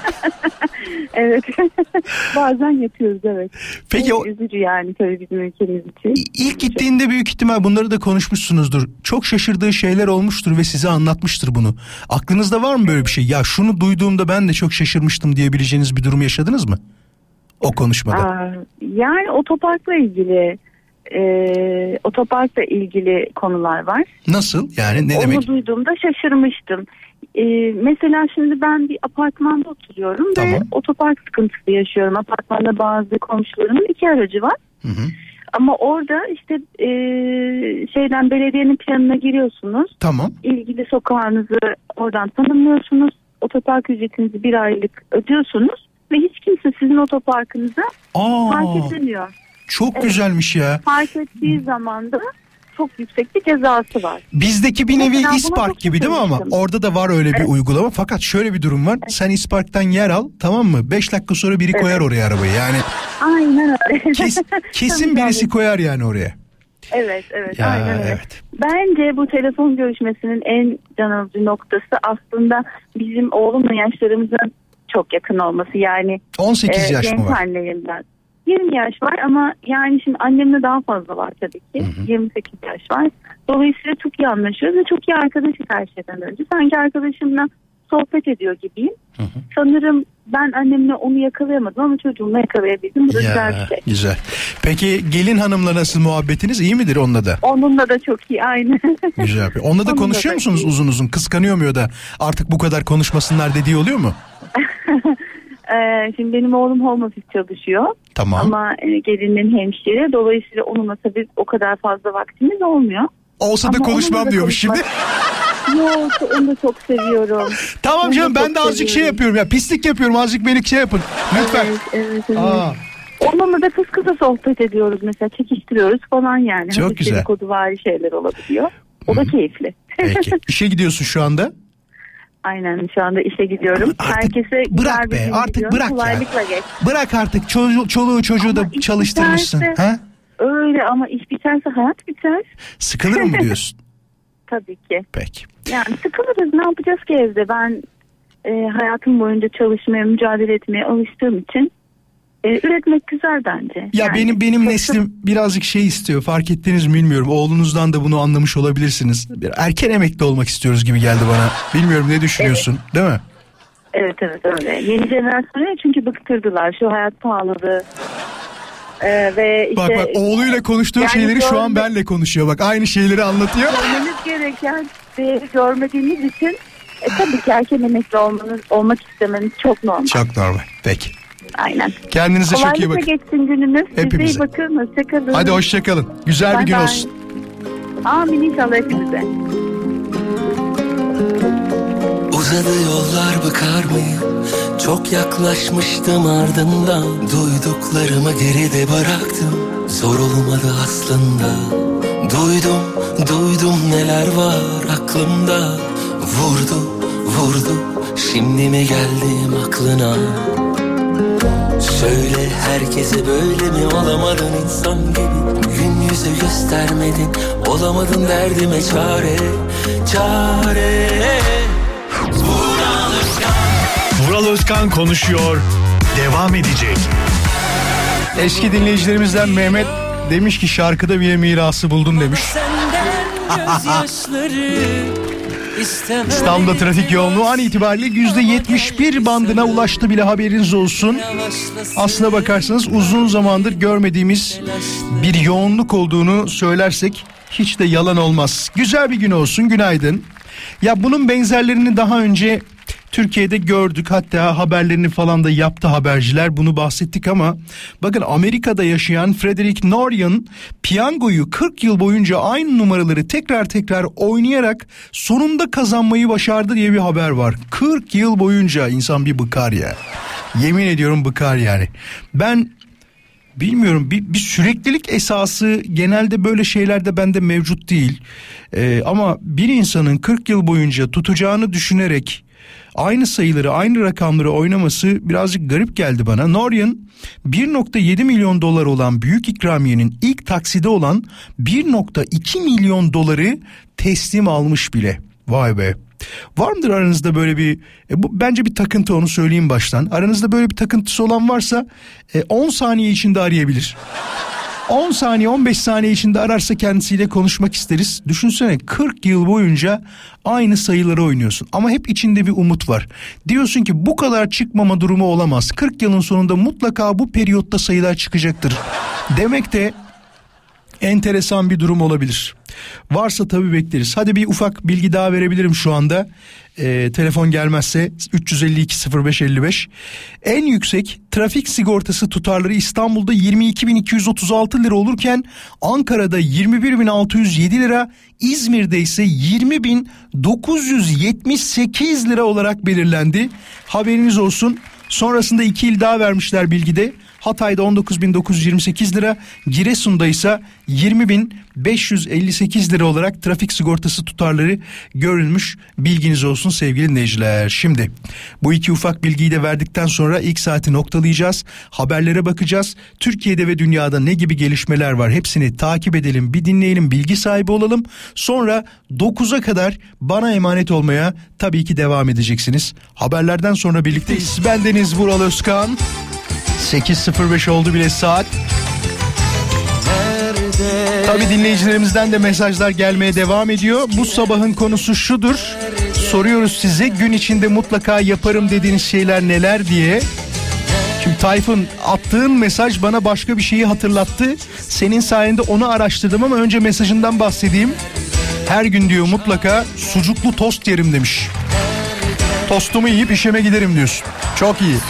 Evet. Bazen yapıyoruz, evet. Peki o- Evet, üzücü yani tabii bizim ülkemiz için. İlk gittiğinde büyük ihtimal bunları da konuşmuşsunuzdur. Çok şaşırdığı şeyler olmuştur ve size anlatmıştır bunu. Aklınızda var mı böyle bir şey? Ya şunu duyduğumda ben de çok şaşırmıştım diyebileceğiniz bir durum yaşadınız mı? O konuşmada. Aa, yani otoparkla ilgili e, otoparkla ilgili konular var. Nasıl? Yani ne Onu demek? duyduğumda şaşırmıştım. E, mesela şimdi ben bir apartmanda oturuyorum Tamam. ve otopark sıkıntısı yaşıyorum. Apartmanda bazı komşularımın iki aracı var. Hı hı. Ama orada işte e, şeyden belediyenin planına giriyorsunuz. Tamam. İlgili sokağınızı oradan tanımlıyorsunuz. Otopark ücretinizi bir aylık ödüyorsunuz ve hiç kimse sizin otoparkınıza Aa, park edemiyor. çok Evet. güzelmiş ya. Park ettiği zaman da çok yüksek bir cezası var. Bizdeki bir nevi Mesela buna İspark çok gibi değil mi ama? şaşırmıştım. Orada da var öyle bir Evet. uygulama. Fakat şöyle bir durum var. Sen İspark'tan yer al, tamam mı? Beş dakika sonra biri koyar oraya arabayı. Yani Aynen öyle. kes, kesin Tabii, birisi tabii. koyar yani oraya. Evet, evet, Ya, aynen öyle. evet. Bence bu telefon görüşmesinin en can alıcı noktası aslında bizim oğlumla yaşlarımızın çok yakın olması. Yani on sekiz e, yaş mı genç var? annelerimden. yirmi yaş var ama yani şimdi annemle daha fazla var tabii ki. Hı hı. yirmi sekiz yaş var. Dolayısıyla çok iyi anlaşıyoruz ve çok iyi arkadaşız her şeyden önce. Sanki arkadaşımla sohbet ediyor gibiyim. Hı hı. Sanırım ben annemle onu yakalayamadım ama çocuğumla yakalayabildim. Bu da güzel bir şey. Güzel. Peki gelin hanımla nasıl muhabbetiniz? İyi midir onunla da? Onunla da çok iyi, aynı. Güzel. Onunla da Onunla konuşuyor da musunuz iyi. uzun uzun? Kıskanıyor mu ya da artık bu kadar konuşmasınlar dediği oluyor mu? Ee, şimdi benim oğlum home office çalışıyor. Tamam. Ama e, gelinin hemşire. Dolayısıyla onunla tabii o kadar fazla vaktimiz olmuyor. Olsa da Ama konuşmam onunla da diyormuş konuşmak- şimdi. Yok, onu da çok seviyorum. Tamam Onu canım, da ben çok de azıcık şey seviyorum. yapıyorum ya. Pislik yapıyorum, azıcık beni şey yapın. Lütfen. Evet, evet, evet. Aa, Onunla da kız kıza sohbet ediyoruz mesela, çekiştiriyoruz falan yani. Çok Hafif güzel. dedikoduvari şeyler olabiliyor. O da keyifli. peki. İşe gidiyorsun şu anda. Aynen, şu anda işe gidiyorum. Artık Herkese bırak güzel bir be, gün artık diliyorum. bırak ya. Kolaylıkla geç. Bırak artık çoluğu, çoluğu çocuğu da Ama iş çalıştırmışsın. biterse- Ha? Öyle ama iş biterse hayat biter. Sıkılır mı diyorsun? Tabii ki. Peki. Yani sıkılırız, ne yapacağız ki evde? Ben e, hayatım boyunca çalışmaya, mücadele etmeye alıştığım için e, üretmek güzel bence. Ya Yani benim benim çok- neslim birazcık şey istiyor. Fark ettiniz mi bilmiyorum. Oğlunuzdan da bunu anlamış olabilirsiniz. Bir erken emekli olmak istiyoruz gibi geldi bana. Bilmiyorum, ne düşünüyorsun? Değil mi? Evet, evet, öyle. Yeni jenerasyonu çünkü bıktırdılar şu hayat pahalılığı. Ee, ve işte Bak bak, oğluyla konuştuğu yani şeyleri şu an görme- benle konuşuyor. Bak aynı şeyleri anlatıyor. görmeniz gereken değeri görmediğiniz için E, tabii ki erken emekli olmanız, olmak istemeniz çok normal. Çok normal. Peki. Aynen. Kendinize çok iyi Kolaylıkla bakın. geçsin gününüz. Size Hepimize. iyi bakın. Hoşçakalın. Hadi hoşçakalın. Güzel Bye bir gün bye. olsun. Amin inşallah hepimize. Uzadı yollar bıkar mıyım? Çok yaklaşmıştım ardından. Duyduklarımı geride bıraktım. Zor olmadı aslında. Duydum, duydum neler var aklımda. Vurdu, vurdu. Şimdi mi geldim aklına? Söyle herkese böyle mi olamadın insan gibi? Gün yüzü göstermedin. Olamadın derdime çare, çare. Vural Özkan. Vural Özkan konuşuyor. Devam edecek. Eski dinleyicilerimizden Mehmet demiş ki şarkıda bile mirası buldum demiş. İstanbul'da trafik yoğunluğu an itibariyle yüzde yetmiş bir bandına ulaştı bile, haberiniz olsun. Aslına bakarsanız uzun zamandır görmediğimiz bir yoğunluk olduğunu söylersek hiç de yalan olmaz. Güzel bir gün olsun, günaydın. Ya bunun benzerlerini daha önce Türkiye'de gördük, hatta haberlerini falan da yaptı haberciler, bunu bahsettik ama bakın Amerika'da yaşayan Frederick Norian piyangoyu kırk yıl boyunca aynı numaraları tekrar tekrar oynayarak sonunda kazanmayı başardı diye bir haber var. kırk yıl boyunca insan bir bıkar ya. Yemin ediyorum bıkar yani. Ben bilmiyorum, bir, bir süreklilik esası genelde böyle şeylerde bende mevcut değil. Ee, ama bir insanın kırk yıl boyunca tutacağını düşünerek aynı sayıları, aynı rakamları oynaması birazcık garip geldi bana. Norian bir nokta yedi milyon dolar olan büyük ikramiyenin ilk takside olan bir nokta iki milyon doları teslim almış bile. Vay be. Var mıdır aranızda böyle bir, e, bu bence bir takıntı, onu söyleyeyim baştan. Aranızda böyle bir takıntısı olan varsa e, on saniye içinde arayabilir. on saniye on beş saniye içinde ararsa kendisiyle konuşmak isteriz. Düşünsene, kırk yıl boyunca aynı sayıları oynuyorsun ama hep içinde bir umut var. Diyorsun ki bu kadar çıkmama durumu olamaz. kırk yılın sonunda mutlaka bu periyotta sayılar çıkacaktır. Demek de enteresan bir durum olabilir. Varsa tabii bekleriz. Hadi bir ufak bilgi daha verebilirim şu anda. Ee, telefon gelmezse üç yüz elli iki sıfır beş elli beş. En yüksek trafik sigortası tutarları İstanbul'da yirmi iki bin iki yüz otuz altı lira olurken Ankara'da yirmi bir bin altı yüz yedi lira, İzmir'de ise yirmi bin dokuz yüz yetmiş sekiz lira olarak belirlendi. Haberiniz olsun. Sonrasında iki il daha vermişler bilgide. Hatay'da on dokuz bin dokuz yüz yirmi sekiz lira, Giresun'da ise yirmi bin beş yüz elli sekiz lira olarak trafik sigortası tutarları görülmüş. Bilginiz olsun sevgili dinleyiciler. Şimdi bu iki ufak bilgiyi de verdikten sonra ilk saati noktalayacağız. Haberlere bakacağız. Türkiye'de ve dünyada ne gibi gelişmeler var hepsini takip edelim, bir dinleyelim, bilgi sahibi olalım. Sonra dokuza kadar bana emanet olmaya tabii ki devam edeceksiniz. Haberlerden sonra birlikteyiz. Bendeniz Vural Özkan. sekiz sıfır beş oldu bile saat. Tabii dinleyicilerimizden de mesajlar gelmeye devam ediyor. Bu sabahın konusu şudur. Soruyoruz size, gün içinde mutlaka yaparım dediğiniz şeyler neler diye. Şimdi Tayfun, attığın mesaj bana başka bir şeyi hatırlattı. Senin sayende onu araştırdım ama önce mesajından bahsedeyim. Her gün diyor mutlaka sucuklu tost yerim demiş. Tostumu yiyip işeme giderim diyorsun. Çok iyi.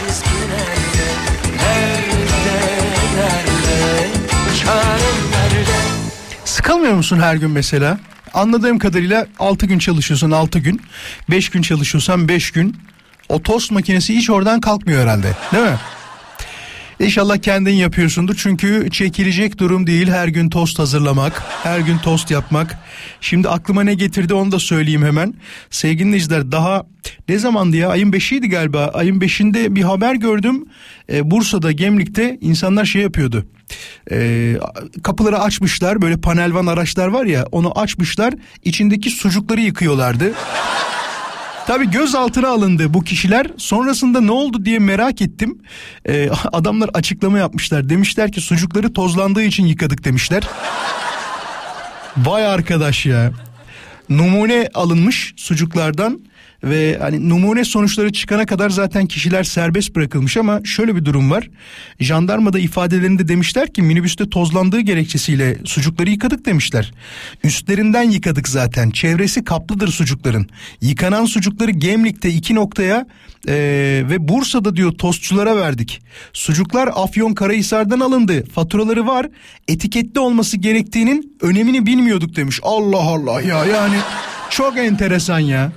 Sıkılmıyor musun her gün mesela? Anladığım kadarıyla altı gün çalışıyorsan altı gün, beş gün çalışıyorsan beş gün. O tost makinesi hiç oradan kalkmıyor herhalde, değil mi? İnşallah kendin yapıyorsundur çünkü çekilecek durum değil her gün tost hazırlamak, her gün tost yapmak. Şimdi aklıma ne getirdi onu da söyleyeyim hemen. Sevgili dinleyiciler, daha ne zamandı ya, ayın beşiydi galiba, ayın beşinde bir haber gördüm. Ee, Bursa'da, Gemlik'te insanlar şey yapıyordu. Ee, kapıları açmışlar, böyle panelvan araçlar var ya, onu açmışlar, içindeki sucukları yıkıyorlardı. Tabii gözaltına alındı bu kişiler. Sonrasında ne oldu diye merak ettim. Ee, adamlar açıklama yapmışlar. Demişler ki sucukları tozlandığı için yıkadık demişler. Vay arkadaş ya. Numune alınmış sucuklardan ve hani numune sonuçları çıkana kadar zaten kişiler serbest bırakılmış ama şöyle bir durum var. Jandarmada ifadelerinde demişler ki minibüste tozlandığı gerekçesiyle sucukları yıkadık demişler. Üstlerinden yıkadık zaten. Çevresi kaplıdır sucukların. Yıkanan sucukları Gemlik'te iki noktaya e, ve Bursa'da diyor tostçulara verdik. Sucuklar Afyonkarahisar'dan alındı. Faturaları var. Etiketli olması gerektiğinin önemini bilmiyorduk demiş. Allah Allah ya, yani çok enteresan ya.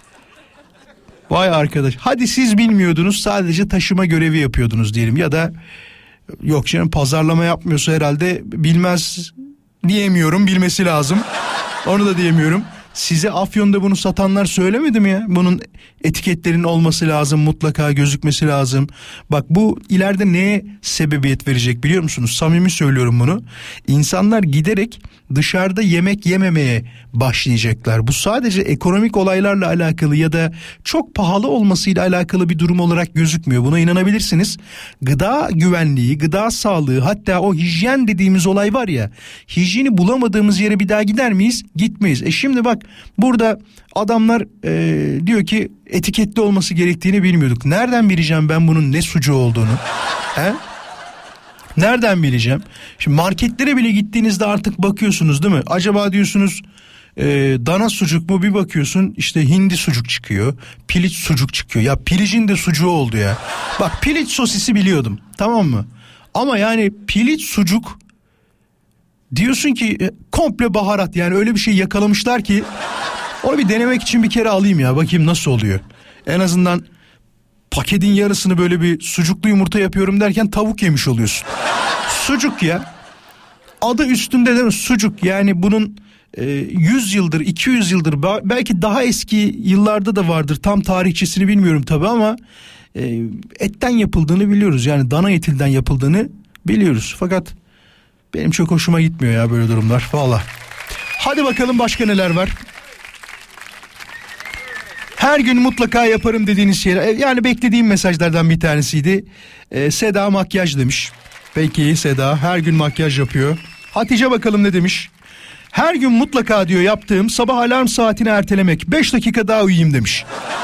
Vay arkadaş. Hadi siz bilmiyordunuz, sadece taşıma görevi yapıyordunuz diyelim, ya da yok canım pazarlama yapmıyorsa herhalde bilmez diyemiyorum, bilmesi lazım. Onu da diyemiyorum. Size Afyon'da bunu satanlar söylemedi mi ya? Bunun etiketlerin olması lazım, mutlaka gözükmesi lazım. Bak bu ileride neye sebebiyet verecek biliyor musunuz? Samimi söylüyorum bunu. İnsanlar giderek dışarıda yemek yememeye başlayacaklar. Bu sadece ekonomik olaylarla alakalı ya da çok pahalı olmasıyla alakalı bir durum olarak gözükmüyor. Buna inanabilirsiniz. Gıda güvenliği, gıda sağlığı, hatta o hijyen dediğimiz olay var ya. Hijyeni bulamadığımız yere bir daha gider miyiz? Gitmeyiz. E şimdi bak burada adamlar e, diyor ki etiketli olması gerektiğini bilmiyorduk. Nereden bileceğim ben bunun ne sucuğu olduğunu? He? Nereden bileceğim? Şimdi marketlere bile gittiğinizde artık bakıyorsunuz değil mi? Acaba diyorsunuz e, dana sucuk mu, bir bakıyorsun işte hindi sucuk çıkıyor. Piliç sucuk çıkıyor. Ya pilicin de sucuğu oldu ya. Bak piliç sosisi biliyordum, tamam mı? Ama yani piliç sucuk diyorsun ki e, komple baharat, yani öyle bir şey yakalamışlar ki onu bir denemek için bir kere alayım ya, bakayım nasıl oluyor. En azından paketin yarısını böyle bir sucuklu yumurta yapıyorum derken tavuk yemiş oluyorsun. Sucuk ya. Adı üstünde değil mi? Sucuk. Yani bunun e, yüz yıldır, iki yüz yıldır, belki daha eski yıllarda da vardır. Tam tarihçesini bilmiyorum tabii ama e, etten yapıldığını biliyoruz. Yani dana etinden yapıldığını biliyoruz. Fakat benim çok hoşuma gitmiyor ya böyle durumlar. Vallahi. Hadi bakalım başka neler var? Her gün mutlaka yaparım dediğiniz şeyler. Yani beklediğim mesajlardan bir tanesiydi. Ee, Seda makyaj demiş. Peki Seda her gün makyaj yapıyor. Hatice bakalım ne demiş. Her gün mutlaka diyor yaptığım sabah alarm saatini ertelemek. beş dakika daha uyuyayım demiş.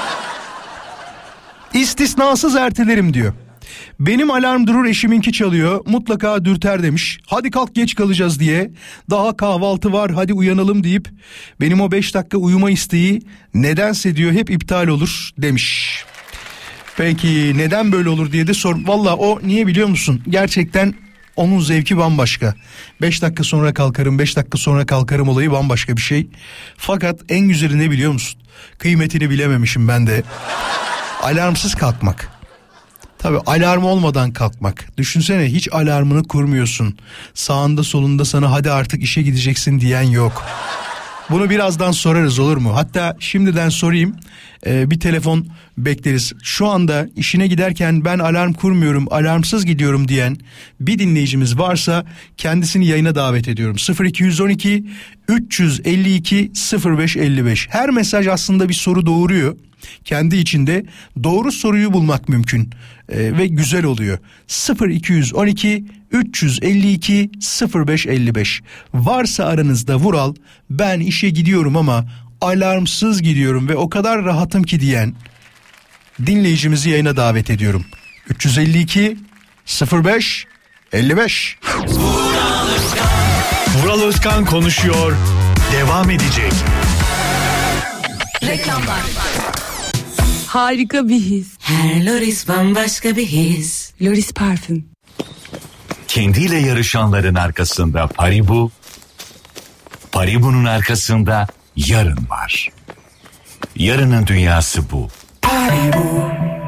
İstisnasız ertelerim diyor. Benim alarm durur, eşiminki çalıyor, mutlaka dürter demiş. Hadi kalk geç kalacağız diye, daha kahvaltı var hadi uyanalım deyip benim o beş dakika uyuma isteği nedense diyor hep iptal olur demiş. Peki neden böyle olur diye de sor. Valla o niye biliyor musun? Gerçekten onun zevki bambaşka. beş dakika sonra kalkarım, beş dakika sonra kalkarım olayı bambaşka bir şey. Fakat en güzeli ne biliyor musun? Kıymetini bilememişim ben de. Alarmsız kalkmak. Tabii alarm olmadan kalkmak. Düşünsene hiç alarmını kurmuyorsun. Sağında solunda sana hadi artık işe gideceksin diyen yok. Bunu birazdan sorarız, olur mu? Hatta şimdiden sorayım. Ee, bir telefon bekleriz. Şu anda işine giderken ben alarm kurmuyorum, alarmsız gidiyorum diyen bir dinleyicimiz varsa kendisini yayına davet ediyorum. sıfır iki on iki üç yüz elli iki sıfır beş elli beş. Her mesaj aslında bir soru doğuruyor. Kendi içinde doğru soruyu bulmak mümkün ee, ve güzel oluyor. sıfır iki on iki üç yüz elli iki sıfır beş elli beş. Varsa aranızda Vural ben işe gidiyorum ama alarmsız gidiyorum ve o kadar rahatım ki diyen dinleyicimizi yayına davet ediyorum. üç yüz elli iki sıfır beş elli beş. Vural Özkan konuşuyor. Devam edecek. Reklamlar. Harika bir his. Her Loris bambaşka bir his. Loris parfüm. Kendiyle yarışanların arkasında Paribu, Paribu'nun arkasında yarın var. Yarının dünyası bu. Paribu.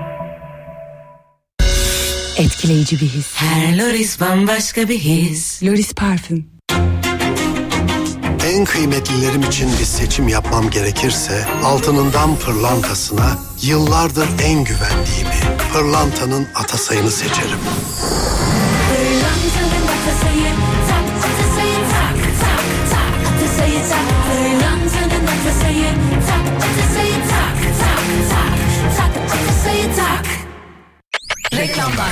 Etkileyici bir his. Her Loris bambaşka bir his. Loris parfüm. En kıymetlilerim için bir seçim yapmam gerekirse altınından pırlantasına yıllardır en güvendiğimi Pırlanta'nın Atasay'ını seçerim. Pırlanta'nın Atasay'ı tak, Atasay'ı tak, tak, tak, Atasay'ı tak. Pırlanta'nın Atasay'ı tak, Atasay'ı tak, tak, tak, tak, Atasay'ı tak. Reklamlar.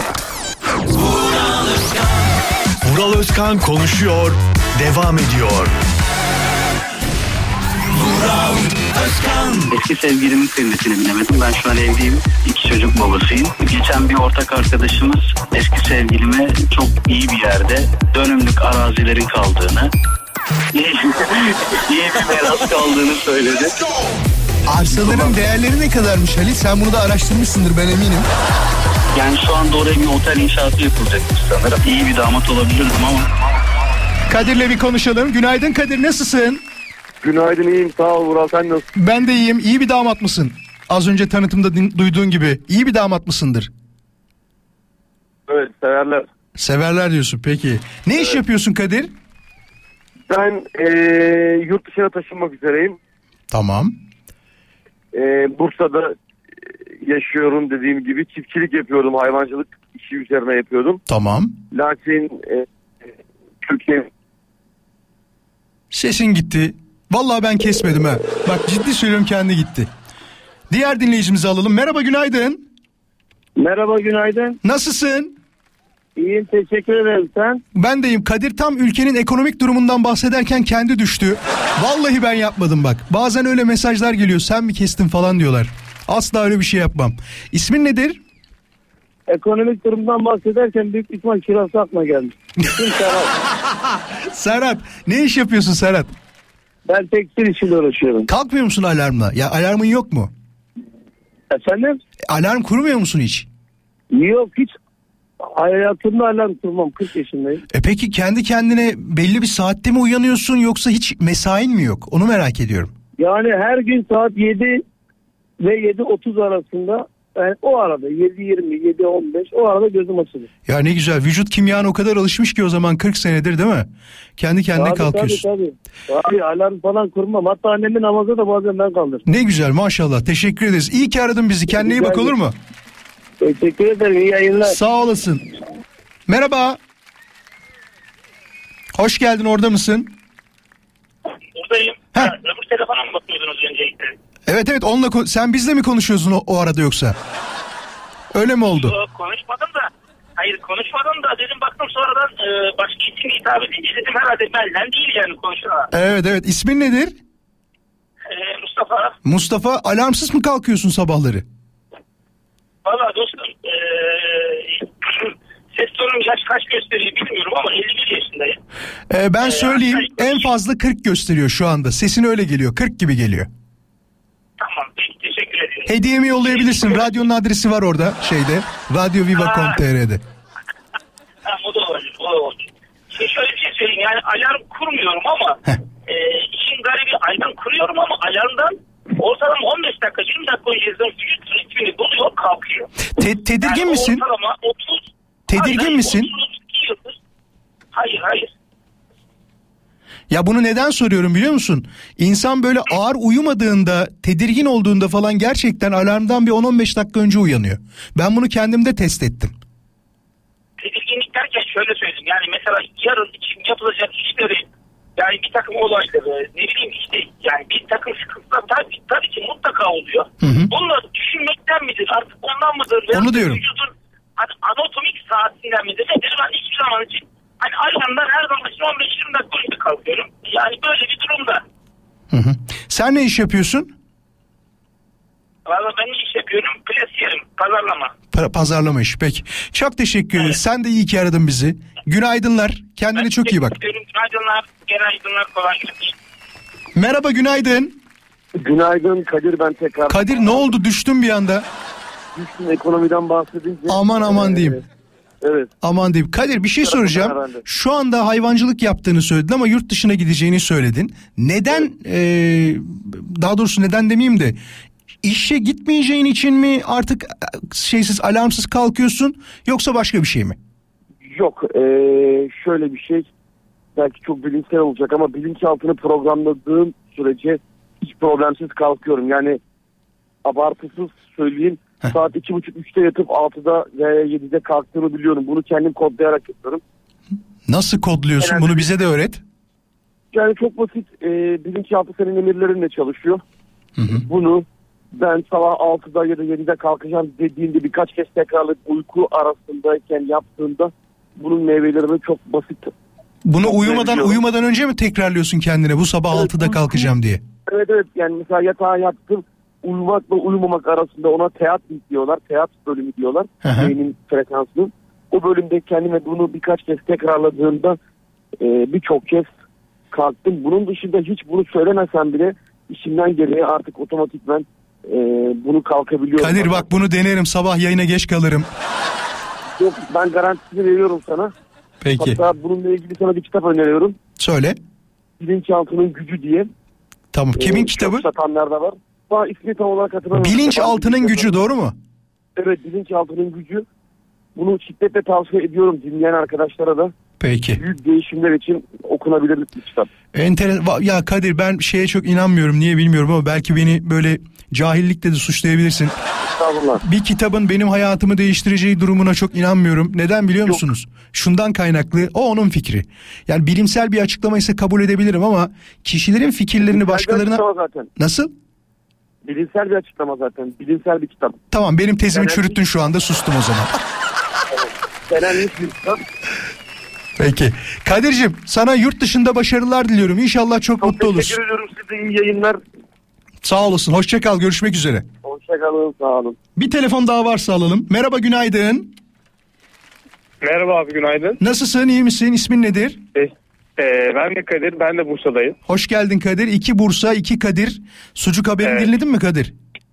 Vural Özkan. Vural Özkan konuşuyor. Devam ediyor. Vural Özkan. Eski sevgilimin kıymetini bilemedim. Ben şu an evliyim. İki çocuk babasıyım. Geçen bir ortak arkadaşımız eski sevgilime çok iyi bir yerde dönümlük arazilerin kaldığını, iyi, iyi bir miras kaldığını söyledi. Arsaların değerleri ne kadarmış Halil? Sen bunu da araştırmışsındır ben eminim. Yani şu anda oraya bir otel inşaatı yapılacakmış sanırım. İyi bir damat olabilirdim ama. Kadir'le bir konuşalım. Günaydın Kadir, nasılsın? Günaydın, iyiyim sağ ol Vural, sen nasılsın? Ben de iyiyim. İyi bir damat mısın? Az önce tanıtımda din- duyduğun gibi iyi bir damat mısındır? Evet, severler. Severler diyorsun, peki. Ne evet. iş yapıyorsun Kadir? Ben ee, yurt dışına taşınmak üzereyim. Tamam. E, Bursa'da yaşıyorum, dediğim gibi çiftçilik yapıyordum, hayvancılık işi üzerine yapıyordum. Tamam. Lakin e, Türkiye... Sesin gitti. Vallahi ben kesmedim ha. Bak ciddi söylüyorum, kendi gitti. Diğer dinleyicimizi alalım. Merhaba, günaydın. Merhaba, günaydın. Nasılsın? İyiyim, teşekkür ederim, sen? Ben deyim. Kadir tam ülkenin ekonomik durumundan bahsederken kendi düştü. Vallahi ben yapmadım bak. Bazen öyle mesajlar geliyor, sen mi kestin falan diyorlar. Asla öyle bir şey yapmam. İsmin nedir? Ekonomik durumdan bahsederken büyük ihtimal kirası aklıma gelmiş. İsmim Serhat. Serhat, ne iş yapıyorsun Serhat? Ben tekstil işiyle uğraşıyorum. Kalkmıyor musun alarmla? Ya alarmın yok mu? Efendim? Alarm kurmuyor musun hiç? Yok, hiç hayatımda alarm kurmam, kırk yaşındayım. E peki kendi kendine belli bir saatte mi uyanıyorsun yoksa hiç mesain mi yok? Onu merak ediyorum. Yani her gün saat yedi ve yedi otuz arasında, yani o arada yedi yirmi, yedi on beş o arada gözüm açılır. Ya ne güzel, vücut kimyan o kadar alışmış ki o zaman kırk senedir değil mi? Kendi kendine tabii, kalkıyorsun. Tabii tabii. Abi alarm falan kurmam. Hatta annemin namazı da bazen ben kaldırırım. Ne güzel, maşallah, teşekkür ederiz. İyi ki aradın bizi, kendine iyi bak, olur mu? Teşekkür ederim, iyi yayınlar. Sağ olasın. Merhaba. Hoş geldin, orada mısın? Buradayım. Ha. Ha, öbür telefona mı bakıyordunuz öncelikle? Evet evet, onunla ko- sen bizle mi konuşuyorsun o, o arada yoksa? Öyle mi oldu? Yok, konuşmadım da. Hayır, konuşmadım da dedim, baktım sonradan e, başka isim hitap edince dedim herhalde benden değil yani konuşan. Evet evet, ismin nedir? E, Mustafa. Mustafa, alarmsız mı kalkıyorsun sabahları? Valla dostum e, ses tonum yaş kaç gösteriyor bilmiyorum ama elli bir yaşındayım. Ee, ben ee, söyleyeyim aşağı... en fazla kırk gösteriyor şu anda. Sesin öyle geliyor, kırk gibi geliyor. Tamam, peki, teşekkür ederim. Hediyemi yollayabilirsin. Radyonun adresi var orada şeyde. radyo viva nokta com nokta tr'de. Ha, o da olabilir, o da olabilir. Şimdi şöyle bir şey söyleyeyim, yani alarm kurmuyorum ama e, işin garibi, alarm kuruyorum ama alarmdan ortalama on beş dakika yirmi dakika öncesinden vücut ritmini buluyor, kalkıyor. Te- tedirgin yani misin? Ortalama otuz. Tedirgin hayır, misin? otuz iki yıldır. Hayır hayır. Ya bunu neden soruyorum biliyor musun? İnsan böyle ağır uyumadığında, tedirgin olduğunda falan gerçekten alarmdan bir on on beş dakika önce uyanıyor. Ben bunu kendimde test ettim. Tedirginlik derken şöyle söyleyeyim. Yani mesela yarın için yapılacak işleri, yani bir takım olayları, ne bileyim işte, yani bir takım sıkıntılar tabii, tabii ki mutlaka oluyor. Hı hı. Bunları düşünmekten midir, artık ondan mıdır? Onu diyorum. Vücudun hani anatomik saatinden midir? Nedir? Ben hiçbir zaman için hani alarmdan her zaman için on beş yirmi dakika önce kalkıyorum. Yani böyle bir durumda. Hı hı. Sen ne iş yapıyorsun? Valla ben iş yapıyorum, plasiyerim, pazarlama. Pa- pazarlama işi, peki. Çok teşekkür ederiz. Evet. Sen de iyi ki aradın bizi. Günaydınlar. Kendine ben çok iyi bak. Günaydınlar, günaydınlar, kolay gelsin. Merhaba, günaydın. Günaydın Kadir, ben tekrar. Kadir, ne oldu, düştün bir anda? Düştüm, ekonomiden bahsedince. Aman aman ee, diyeyim. Evet. Aman diyeyim. Kadir, bir şey soracağım. Şu anda hayvancılık yaptığını söyledin ama yurt dışına gideceğini söyledin. Neden, evet. e, daha doğrusu neden demeyeyim de, işe gitmeyeceğin için mi artık şeysiz, alarmsız kalkıyorsun, yoksa başka bir şey mi? Yok, ee, şöyle bir şey, belki çok bilimsel olacak ama bilinçaltını programladığım sürece hiç problemsiz kalkıyorum. Yani abartısız söyleyeyim, Heh. saat iki buçuk üçte yatıp altıda veya yedide kalktığımı biliyorum. Bunu kendim kodlayarak yapıyorum. Nasıl kodluyorsun? Yani, bunu bize de öğret. Yani çok basit, e, bilinçaltı senin emirlerinle çalışıyor. Hı hı. Bunu ben sabah altıda ya da yedide kalkacağım dediğinde birkaç kez tekrarlayıp uyku arasındayken yaptığında bunun meyvelerini çok basit. Bunu çok uyumadan uyumadan önce mi tekrarlıyorsun kendine, bu sabah evet, altıda kalkacağım diye? Evet evet, yani mesela yatağa yattım, uyumakla uyumamak arasında ona teatro diyorlar. Teatro bölümü diyorlar. Beynin frekansını. O bölümde kendime bunu birkaç kez tekrarladığımda e, birçok kez kalktım. Bunun dışında hiç bunu söylemesem bile işimden geriye artık otomatikman e, bunu kalkabiliyorum. Kadir bak bunu denerim, sabah yayına geç kalırım. Yok, ben garantisini veriyorum sana. Peki. Hatta bununla ilgili sana bir kitap öneriyorum. Söyle. Bilinçaltının Gücü diye. Tamam. Kimin ee, kitabı? Çok satanlar da var. Ama ismi tam olarak hatırlamıyorum. Bilinçaltının Gücü, doğru mu? Evet, Bilinçaltının Gücü. Bunu şiddetle tavsiye ediyorum dinleyen arkadaşlara da. Peki. Büyük değişimler için okunabilir bir kitap. Enteresan. Ya Kadir, ben şeye çok inanmıyorum, niye bilmiyorum ama belki beni böyle cahillikle de suçlayabilirsin. Bir kitabın benim hayatımı değiştireceği durumuna çok inanmıyorum. Neden biliyor musunuz? Yok. Şundan kaynaklı, o onun fikri. Yani bilimsel bir açıklama ise kabul edebilirim ama kişilerin fikirlerini bilimsel başkalarına... Zaten. Nasıl? Bilimsel bir açıklama zaten. Bilimsel bir kitap. Tamam, benim tezimi Denenmiş... çürüttün şu anda, sustum o zaman. Denenmiş bir kitap. Peki. Kadir'cim, sana yurt dışında başarılar diliyorum. İnşallah çok, çok mutlu olursun. Teşekkür ediyorum size, iyi yayınlar. Sağ olasın. Hoşça kal. Görüşmek üzere. Hoşça kalın. Sağ olun. Bir telefon daha varsa alalım. Merhaba, günaydın. Merhaba abi, günaydın. Nasılsın, iyi misin? İsmin nedir? E, e, ben de Kadir. Ben de Bursa'dayım. Hoş geldin Kadir. İki Bursa, iki Kadir. Sucuk haberini evet. dinledin mi Kadir?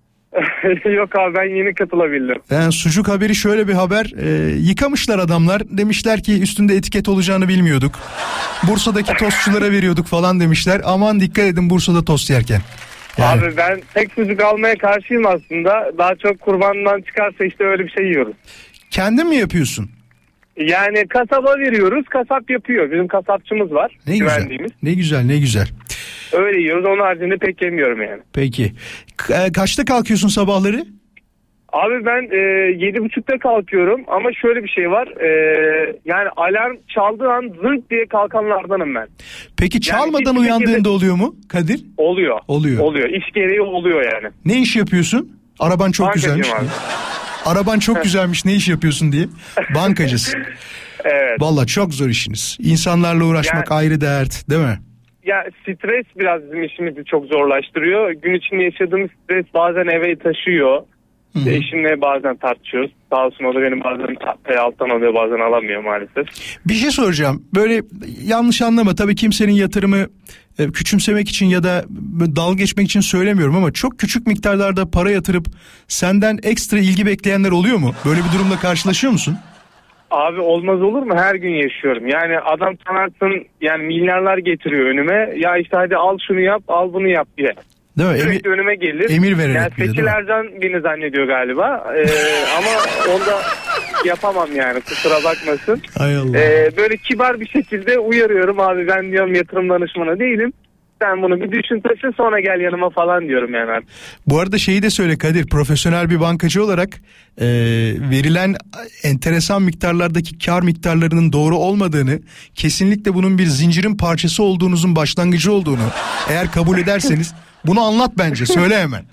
Yok abi, ben yeni katılabildim. Yani sucuk haberi şöyle bir haber. E, yıkamışlar adamlar. Demişler ki üstünde etiket olacağını bilmiyorduk. Bursa'daki tostçulara veriyorduk falan demişler. Aman dikkat edin Bursa'da tost yerken. Yani. Abi ben tek sucuk almaya karşıyım aslında. Daha çok kurbandan çıkarsa işte öyle bir şey yiyoruz. Kendin mi yapıyorsun? Yani kasaba veriyoruz. Kasap yapıyor. Bizim kasapçımız var. Ne güzel. Ne güzel, ne güzel. Öyle yiyoruz. Onun haricinde pek yemiyorum yani. Peki. Ka- kaçta kalkıyorsun sabahları? Abi ben e, yedi buçukta kalkıyorum ama şöyle bir şey var. E, yani alarm çaldığı an zınk diye kalkanlardanım ben. Peki çalmadan yani uyandığında oluyor mu Kadir? Oluyor. Oluyor. Oluyor. İş gereği oluyor yani. Ne iş yapıyorsun? Araban çok Bankacıyım güzelmiş. Abi. Araban çok güzelmiş, ne iş yapıyorsun diye. Bankacısın. Evet. Vallahi çok zor işiniz. İnsanlarla uğraşmak yani, ayrı dert, değil mi? Ya stres biraz bizim işimizi çok zorlaştırıyor. Gün içinde yaşadığımız stres bazen eve taşıyor. Hı-hı. Eşimle bazen tartışıyoruz. Sağ olsun, o da benim bazen alttan alıyor, bazen alamıyor maalesef. Bir şey soracağım. Böyle yanlış anlama. Tabii kimsenin yatırımı e, küçümsemek için ya da dalga geçmek için söylemiyorum ama çok küçük miktarlarda para yatırıp senden ekstra ilgi bekleyenler oluyor mu? Böyle bir durumla karşılaşıyor musun? Abi olmaz olur mu? Her gün yaşıyorum. Yani adam sanarsın, yani milyarlar getiriyor önüme. Ya işte hadi al şunu yap, al bunu yap diye. Değil mi? Sürekli Emir, önüme gelir. Emir vererek yani bile, Seçil Ercan beni zannediyor galiba. Ee, ama onda yapamam yani, kusura bakmasın. Hay Allah. Ee, böyle kibar bir şekilde uyarıyorum, abi ben diyorum yatırım danışmanı değilim. Sen bunu bir düşün taşın, sonra gel yanıma falan diyorum yani. Bu arada şeyi de söyle Kadir, profesyonel bir bankacı olarak e, verilen enteresan miktarlardaki kar miktarlarının doğru olmadığını, kesinlikle bunun bir zincirin parçası olduğunuzun başlangıcı olduğunu eğer kabul ederseniz bunu anlat bence, söyle hemen.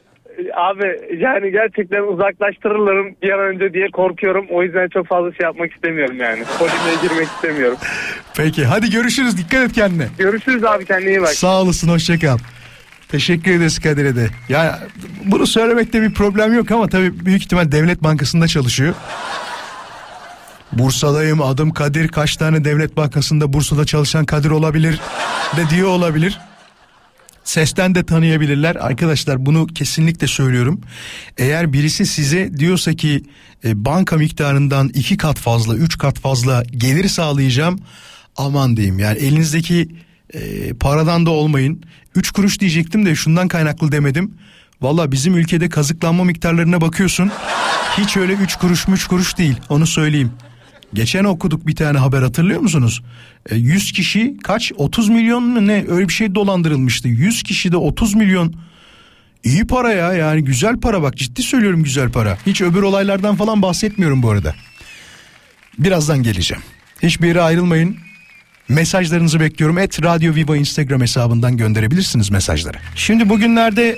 Abi yani gerçekten uzaklaştırırlarım bir an önce diye korkuyorum. O yüzden çok fazla şey yapmak istemiyorum yani. Polemiğe girmek istemiyorum. Peki hadi görüşürüz, dikkat et kendine. Görüşürüz abi, kendine iyi bak. Sağ olasın, hoşça kal. Teşekkür ederiz Kadir'e de. Ya bunu söylemekte bir problem yok ama tabii büyük ihtimal Devlet Bankası'nda çalışıyor. Bursa'dayım, adım Kadir, kaç tane Devlet Bankası'nda Bursa'da çalışan Kadir olabilir de diyor olabilir. Sesten de tanıyabilirler. Arkadaşlar bunu kesinlikle söylüyorum. Eğer birisi size diyorsa ki e, banka miktarından iki kat fazla, üç kat fazla gelir sağlayacağım, aman diyeyim. Yani elinizdeki e, paradan da olmayın. Üç kuruş diyecektim de şundan kaynaklı demedim. Valla bizim ülkede kazıklanma miktarlarına bakıyorsun. Hiç öyle üç kuruş üç kuruş değil, onu söyleyeyim. Geçen okuduk bir tane haber, hatırlıyor musunuz? E, yüz kişi kaç? otuz milyon mu ne? Öyle bir şey dolandırılmıştı. yüz kişi de otuz milyon. İyi para ya, yani güzel para, bak ciddi söylüyorum, güzel para. Hiç öbür olaylardan falan bahsetmiyorum bu arada. Birazdan geleceğim. Hiçbir yere ayrılmayın. Mesajlarınızı bekliyorum. et Radyo Viva Instagram hesabından gönderebilirsiniz mesajları. Şimdi bugünlerde...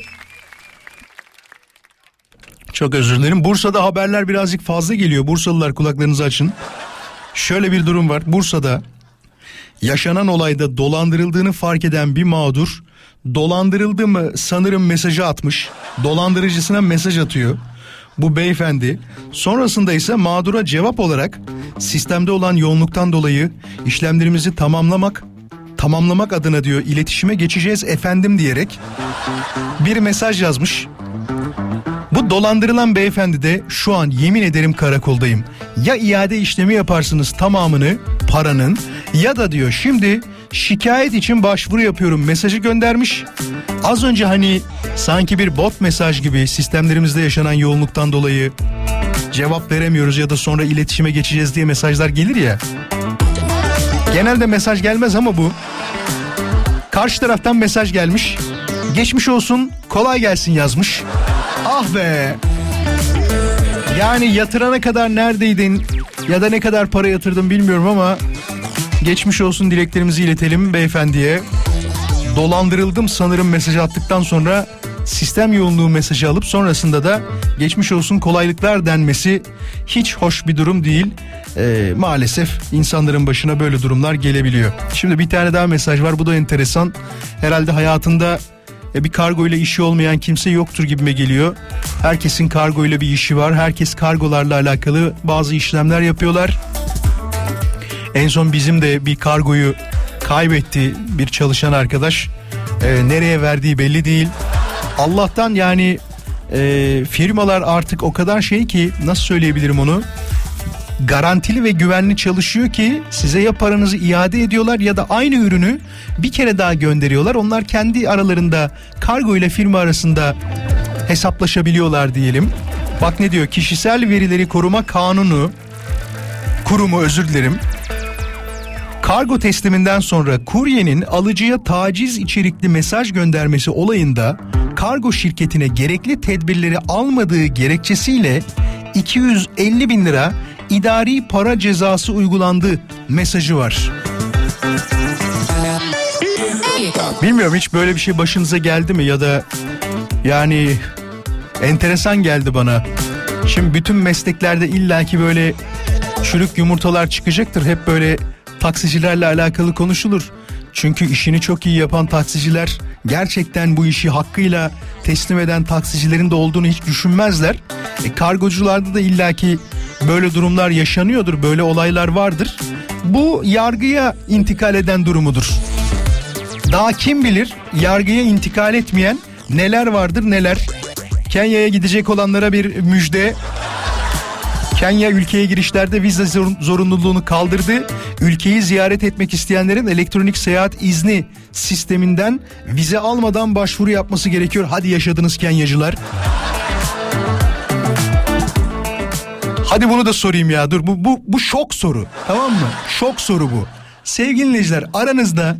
Çok özür dilerim. Bursa'da haberler birazcık fazla geliyor. Bursalılar kulaklarınızı açın. Şöyle bir durum var. Bursa'da Yaşanan olayda dolandırıldığını fark eden bir mağdur, dolandırıldı mı sanırım mesajı atmış. Dolandırıcısına mesaj atıyor bu beyefendi. Sonrasında ise mağdura cevap olarak sistemde olan yoğunluktan dolayı işlemlerimizi tamamlamak tamamlamak adına diyor iletişime geçeceğiz efendim diyerek bir mesaj yazmış. Bu dolandırılan beyefendi de şu an yemin ederim karakoldayım. Ya iade işlemi yaparsınız tamamını paranın, ya da diyor şimdi şikayet için başvuru yapıyorum mesajı göndermiş. Az önce hani sanki bir bot mesaj gibi sistemlerimizde yaşanan yoğunluktan dolayı cevap veremiyoruz ya da sonra iletişime geçeceğiz diye mesajlar gelir ya. Genelde mesaj gelmez ama bu. Karşı taraftan mesaj gelmiş. Geçmiş olsun, kolay gelsin yazmış. Ah be. Yani yatırana kadar neredeydin ya da ne kadar para yatırdın bilmiyorum ama geçmiş olsun dileklerimizi iletelim beyefendiye. Dolandırıldım sanırım mesajı attıktan sonra sistem yoğunluğu mesajı alıp sonrasında da geçmiş olsun kolaylıklar denmesi hiç hoş bir durum değil. Ee, maalesef insanların başına böyle durumlar gelebiliyor. Şimdi bir tane daha mesaj var, bu da enteresan. Herhalde hayatında bir kargo ile işi olmayan kimse yoktur gibime geliyor. Herkesin kargo ile bir işi var. Herkes kargolarla alakalı bazı işlemler yapıyorlar. En son bizim de bir kargoyu kaybetti bir çalışan arkadaş. Ee, nereye verdiği belli değil. Allah'tan yani e, firmalar artık o kadar şey ki, nasıl söyleyebilirim onu? Garantili ve güvenli çalışıyor ki size ya paranızı iade ediyorlar ya da aynı ürünü bir kere daha gönderiyorlar. Onlar kendi aralarında kargo ile firma arasında hesaplaşabiliyorlar diyelim. Bak ne diyor? Kişisel verileri koruma kanunu kurumu özür dilerim. Kargo tesliminden sonra kuryenin alıcıya taciz içerikli mesaj göndermesi olayında kargo şirketine gerekli tedbirleri almadığı gerekçesiyle iki yüz elli bin lira idari para cezası uygulandı mesajı var. Bilmiyorum, hiç böyle bir şey başınıza geldi mi ya da yani enteresan geldi bana. Şimdi bütün mesleklerde illaki böyle çürük yumurtalar çıkacaktır. Hep böyle taksicilerle alakalı konuşulur. Çünkü işini çok iyi yapan taksiciler, gerçekten bu işi hakkıyla teslim eden taksicilerin de olduğunu hiç düşünmezler. E, kargocularda da illaki böyle durumlar yaşanıyordur, böyle olaylar vardır. Bu yargıya intikal eden durumudur. Daha kim bilir yargıya intikal etmeyen neler vardır neler. Kenya'ya gidecek olanlara bir müjde. Kenya ülkeye girişlerde vize zorunluluğunu kaldırdı. Ülkeyi ziyaret etmek isteyenlerin elektronik seyahat izni sisteminden vize almadan başvuru yapması gerekiyor. Hadi yaşadınız Kenyacılar. Hadi bunu da sorayım ya. Dur bu bu bu şok soru. Tamam mı? Şok soru bu. Sevgili dinleyiciler, aranızda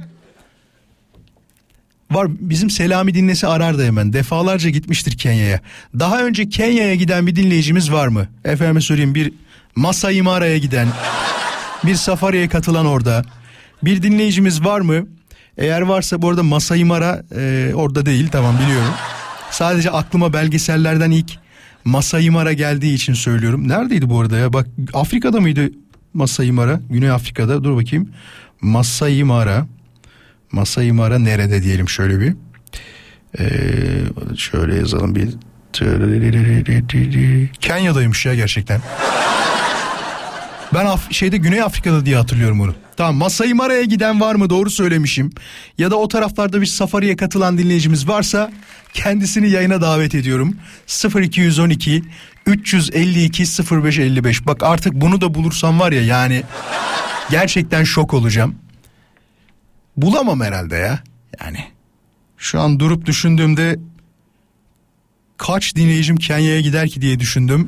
var, bizim Selami dinlese arar da hemen. Defalarca gitmiştir Kenya'ya. Daha önce Kenya'ya giden bir dinleyicimiz var mı? Efendime söyleyeyim, bir Masai Mara'ya giden, bir safariye katılan orada bir dinleyicimiz var mı? Eğer varsa, bu arada Masai Mara e, orada değil, tamam biliyorum. Sadece aklıma belgesellerden ilk Masai Mara geldiği için söylüyorum. Neredeydi bu arada ya? Bak, Afrika'da mıydı Masai Mara? Güney Afrika'da. Dur bakayım. Masai Mara. Masai Mara nerede diyelim şöyle bir. Ee, şöyle yazalım bir. Kenya'daymış ya gerçekten. Ben Af- şeyde Güney Afrika'da diye hatırlıyorum onu. Tamam, Masai Mara'ya giden var mı? Doğru söylemişim. Ya da o taraflarda bir safariye katılan dinleyicimiz varsa kendisini yayına davet ediyorum. sıfır iki on iki üç yüz elli iki sıfır beş elli beş. Bak artık bunu da bulursam var ya, yani gerçekten şok olacağım. Bulamam herhalde ya. Yani şu an durup düşündüğümde kaç dinleyicim Kenya'ya gider ki diye düşündüm.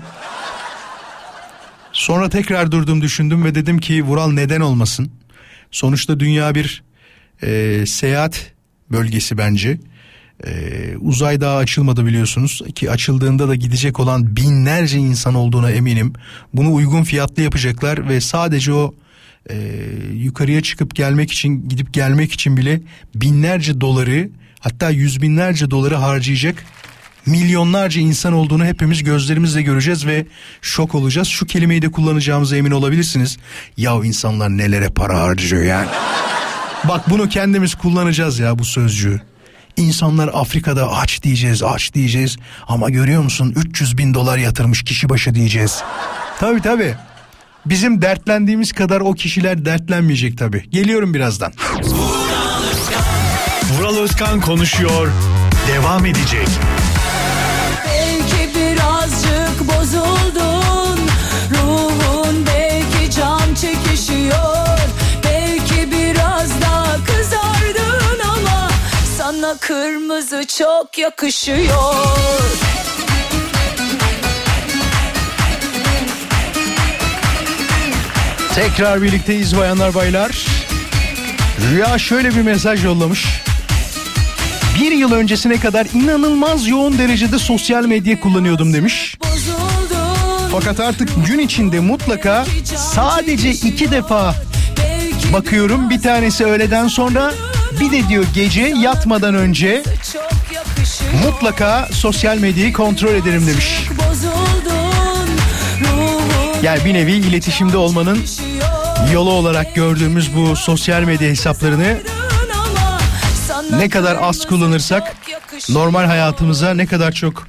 Sonra tekrar durdum, düşündüm ve dedim ki Vural, neden olmasın? Sonuçta dünya bir e, seyahat bölgesi bence. E, uzay daha açılmadı biliyorsunuz ki, açıldığında da gidecek olan binlerce insan olduğuna eminim. Bunu uygun fiyatlı yapacaklar ve sadece o e, yukarıya çıkıp gelmek için, gidip gelmek için bile binlerce doları, hatta yüz binlerce doları harcayacak milyonlarca insan olduğunu hepimiz gözlerimizle göreceğiz ve şok olacağız. Şu kelimeyi de kullanacağımıza emin olabilirsiniz. Ya insanlar nelere para harcıyor yani. Bak bunu kendimiz kullanacağız ya, bu sözcüğü. İnsanlar Afrika'da aç diyeceğiz, aç diyeceğiz. Ama görüyor musun, üç yüz bin dolar yatırmış kişi başı diyeceğiz. Tabii tabii. Bizim dertlendiğimiz kadar o kişiler dertlenmeyecek tabii. Geliyorum birazdan. Vural Özkan konuşuyor. Devam edecek. Belki birazcık bozuldun, ruhun belki can çekişiyor. Belki biraz daha kızardın ama sana kırmızı çok yakışıyor. Tekrar birlikteyiz bayanlar baylar. Rüya şöyle bir mesaj yollamış. Bir yıl öncesine kadar inanılmaz yoğun derecede sosyal medya kullanıyordum demiş. Fakat artık gün içinde mutlaka sadece iki defa bakıyorum. Bir tanesi öğleden sonra, bir de diyor gece yatmadan önce mutlaka sosyal medyayı kontrol ederim demiş. Yani bir nevi iletişimde olmanın yolu olarak gördüğümüz bu sosyal medya hesaplarını ne kadar az kullanırsak normal hayatımıza ne kadar çok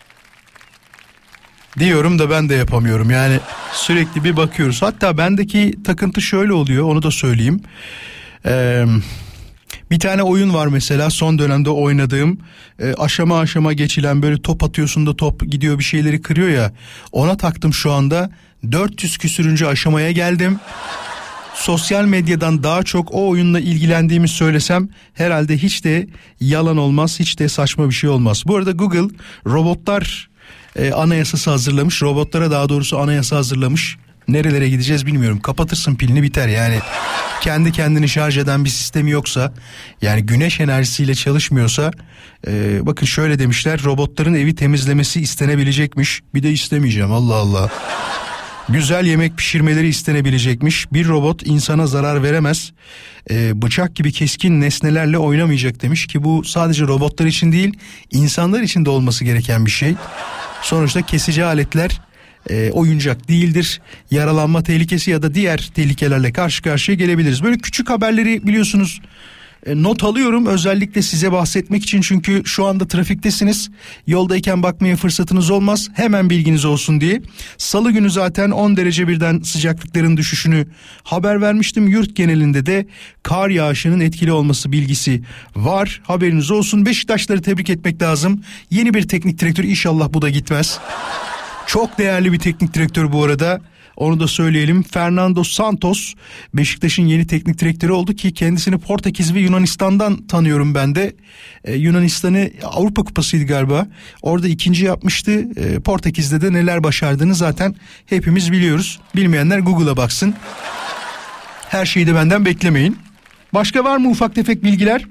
diyorum da ben de yapamıyorum. Yani sürekli bir bakıyoruz. Hatta bendeki takıntı şöyle oluyor, onu da söyleyeyim. Ee, bir tane oyun var mesela son dönemde oynadığım, e, aşama aşama geçilen, böyle top atıyorsun da top gidiyor bir şeyleri kırıyor ya. Ona taktım şu anda, dört yüz küsürüncü aşamaya geldim. Sosyal medyadan daha çok o oyunla ilgilendiğimi söylesem herhalde hiç de yalan olmaz, hiç de saçma bir şey olmaz. Bu arada Google robotlar e, anayasası hazırlamış. Robotlara daha doğrusu anayasa hazırlamış. Nerelere gideceğiz bilmiyorum. Kapatırsın pilini biter yani. Kendi kendini şarj eden bir sistemi yoksa, yani güneş enerjisiyle çalışmıyorsa, e, bakın şöyle demişler, robotların evi temizlemesi istenebilecekmiş. Bir de istemeyeceğim, Allah Allah. Güzel yemek pişirmeleri istenebilecekmiş. Bir robot insana zarar veremez. Ee, bıçak gibi keskin nesnelerle oynamayacak demiş ki bu sadece robotlar için değil, insanlar için de olması gereken bir şey. Sonuçta kesici aletler e, oyuncak değildir. Yaralanma tehlikesi ya da diğer tehlikelerle karşı karşıya gelebiliriz. Böyle küçük haberleri biliyorsunuz not alıyorum özellikle size bahsetmek için, çünkü şu anda trafiktesiniz, yoldayken bakmaya fırsatınız olmaz, hemen bilginiz olsun diye. Salı günü zaten on derece birden sıcaklıkların düşüşünü haber vermiştim. Yurt genelinde de kar yağışının etkili olması bilgisi var, haberiniz olsun. Beşiktaşları tebrik etmek lazım, yeni bir teknik direktör, inşallah bu da gitmez. Çok değerli bir teknik direktör bu arada. Onu da söyleyelim. Fernando Santos Beşiktaş'ın yeni teknik direktörü oldu ki kendisini Portekiz ve Yunanistan'dan tanıyorum ben de. Ee, Yunanistan'ı Avrupa Kupası'ydı galiba. Orada ikinci yapmıştı. Ee, Portekiz'de de neler başardığını zaten hepimiz biliyoruz. Bilmeyenler Google'a baksın. Her şeyi de benden beklemeyin. Başka var mı ufak tefek bilgiler?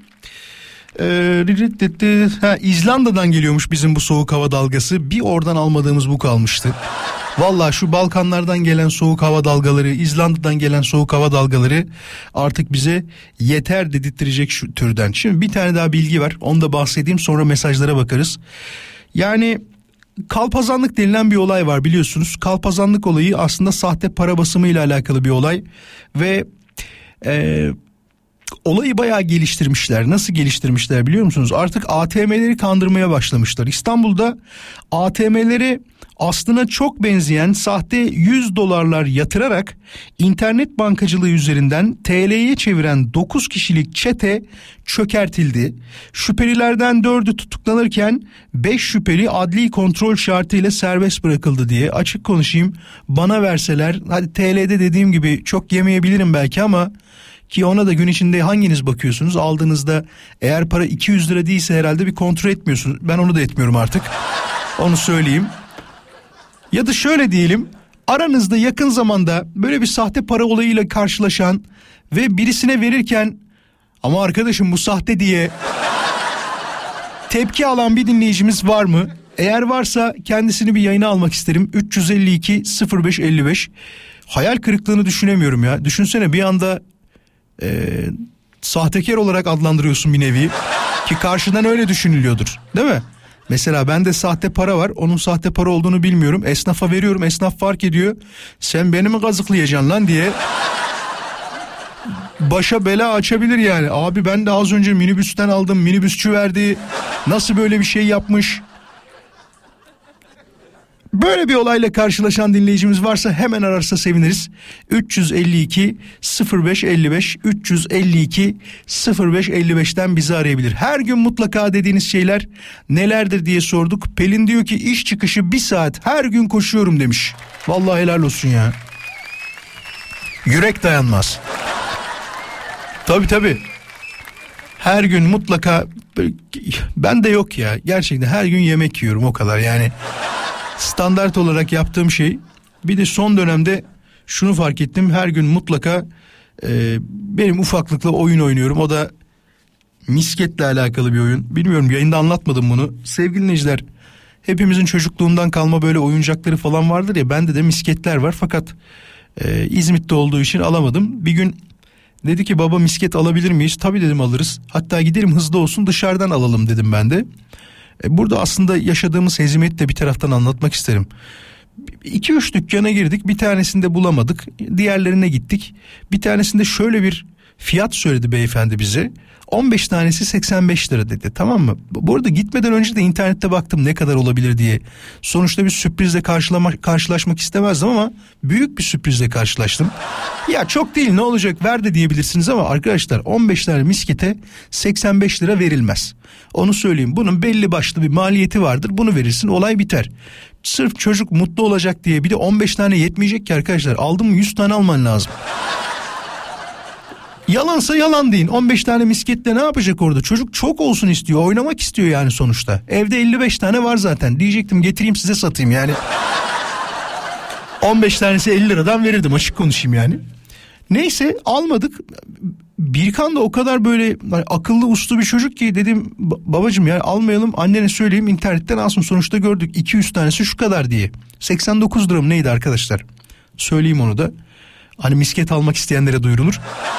Ee, ha, İzlanda'dan geliyormuş bizim bu soğuk hava dalgası. Bir oradan almadığımız bu kalmıştı. Vallahi şu Balkanlardan gelen soğuk hava dalgaları, İzlanda'dan gelen soğuk hava dalgaları artık bize yeter dedirttirecek şu türden. Şimdi bir tane daha bilgi var, onu da bahsedeyim, sonra mesajlara bakarız. Yani kalpazanlık denilen bir olay var biliyorsunuz. Kalpazanlık olayı aslında sahte para basımı ile alakalı bir olay ve e, olayı bayağı geliştirmişler. Nasıl geliştirmişler biliyor musunuz? Artık A T M'leri kandırmaya başlamışlar. İstanbul'da A T M'leri aslına çok benzeyen sahte yüz dolarlar yatırarak internet bankacılığı üzerinden T L'ye çeviren dokuz kişilik çete çökertildi. Şüphelilerden dördü tutuklanırken beş şüpheli adli kontrol şartıyla serbest bırakıldı diye. Açık konuşayım, bana verseler, hadi T L'de dediğim gibi çok yemeyebilirim belki ama ki ona da gün içinde hanginiz bakıyorsunuz aldığınızda, eğer para iki yüz lira değilse herhalde bir kontrol etmiyorsunuz. Ben onu da etmiyorum artık, onu söyleyeyim. Ya da şöyle diyelim, aranızda yakın zamanda böyle bir sahte para olayıyla karşılaşan ve birisine verirken ama arkadaşım bu sahte diye tepki alan bir dinleyicimiz var mı? Eğer varsa kendisini bir yayına almak isterim. üç yüz elli iki sıfır beş elli beş. Hayal kırıklığını düşünemiyorum ya. Düşünsene bir anda e, sahtekar olarak adlandırıyorsun bir nevi ki karşıdan öyle düşünülüyordur, değil mi? Mesela bende sahte para var, onun sahte para olduğunu bilmiyorum, esnafa veriyorum, esnaf fark ediyor, sen beni mi kazıklayacaksın lan diye başa bela açabilir yani. Abi ben de az önce minibüsten aldım, minibüsçü verdi. Nasıl böyle bir şey yapmış? Böyle bir olayla karşılaşan dinleyicimiz varsa hemen ararsa seviniriz. üç yüz elli iki sıfır beş elli beş üç yüz elli iki sıfır beş elli beşten bizi arayabilir. Her gün mutlaka dediğiniz şeyler nelerdir diye sorduk. Pelin diyor ki iş çıkışı bir saat her gün koşuyorum demiş. Vallahi helal olsun ya. Yürek dayanmaz. Tabii tabii. Her gün mutlaka, ben de yok ya gerçekten her gün yemek yiyorum o kadar yani. Standart olarak yaptığım şey. Bir de son dönemde şunu fark ettim. Her gün mutlaka e, benim ufaklıkla oyun oynuyorum. O da misketle alakalı bir oyun. Bilmiyorum, yayında anlatmadım bunu. Sevgili dinleyiciler, hepimizin çocukluğundan kalma böyle oyuncakları falan vardır ya. Bende de misketler var fakat e, İzmit'te olduğu için alamadım. Bir gün dedi ki baba misket alabilir miyiz? Tabii dedim alırız. Hatta gidelim hızlı olsun dışarıdan alalım dedim ben de. Burada aslında yaşadığımız hezimeti de bir taraftan anlatmak isterim. iki üç dükkana girdik, bir tanesinde bulamadık, diğerlerine gittik. Bir tanesinde şöyle bir fiyat söyledi beyefendi bize. on beş tanesi seksen beş lira dedi, tamam mı? Bu arada gitmeden önce de internette baktım ne kadar olabilir diye. Sonuçta bir sürprizle karşılama, karşılaşmak istemezdim ama büyük bir sürprizle karşılaştım. Ya çok değil ne olacak ver de diyebilirsiniz ama arkadaşlar on beş tane miskete seksen beş lira verilmez. Onu söyleyeyim, bunun belli başlı bir maliyeti vardır, bunu verirsin olay biter. Sırf çocuk mutlu olacak diye bir de on beş tane yetmeyecek ki arkadaşlar, aldın mı yüz tane alman lazım. Yalansa yalan deyin. on beş tane misketle ne yapacak orada? Çocuk çok olsun istiyor. Oynamak istiyor yani sonuçta. Evde elli beş tane var zaten. Diyecektim getireyim size satayım yani. on beş tanesi elli liradan verirdim, açık konuşayım yani. Neyse almadık. Birkan da o kadar böyle akıllı uslu bir çocuk ki dedim babacığım ya almayalım, annene söyleyeyim internetten alsın, sonuçta gördük iki yüz tanesi şu kadar diye. seksen dokuz lira mı neydi arkadaşlar? Söyleyeyim onu da. Hani misket almak isteyenlere duyurulur.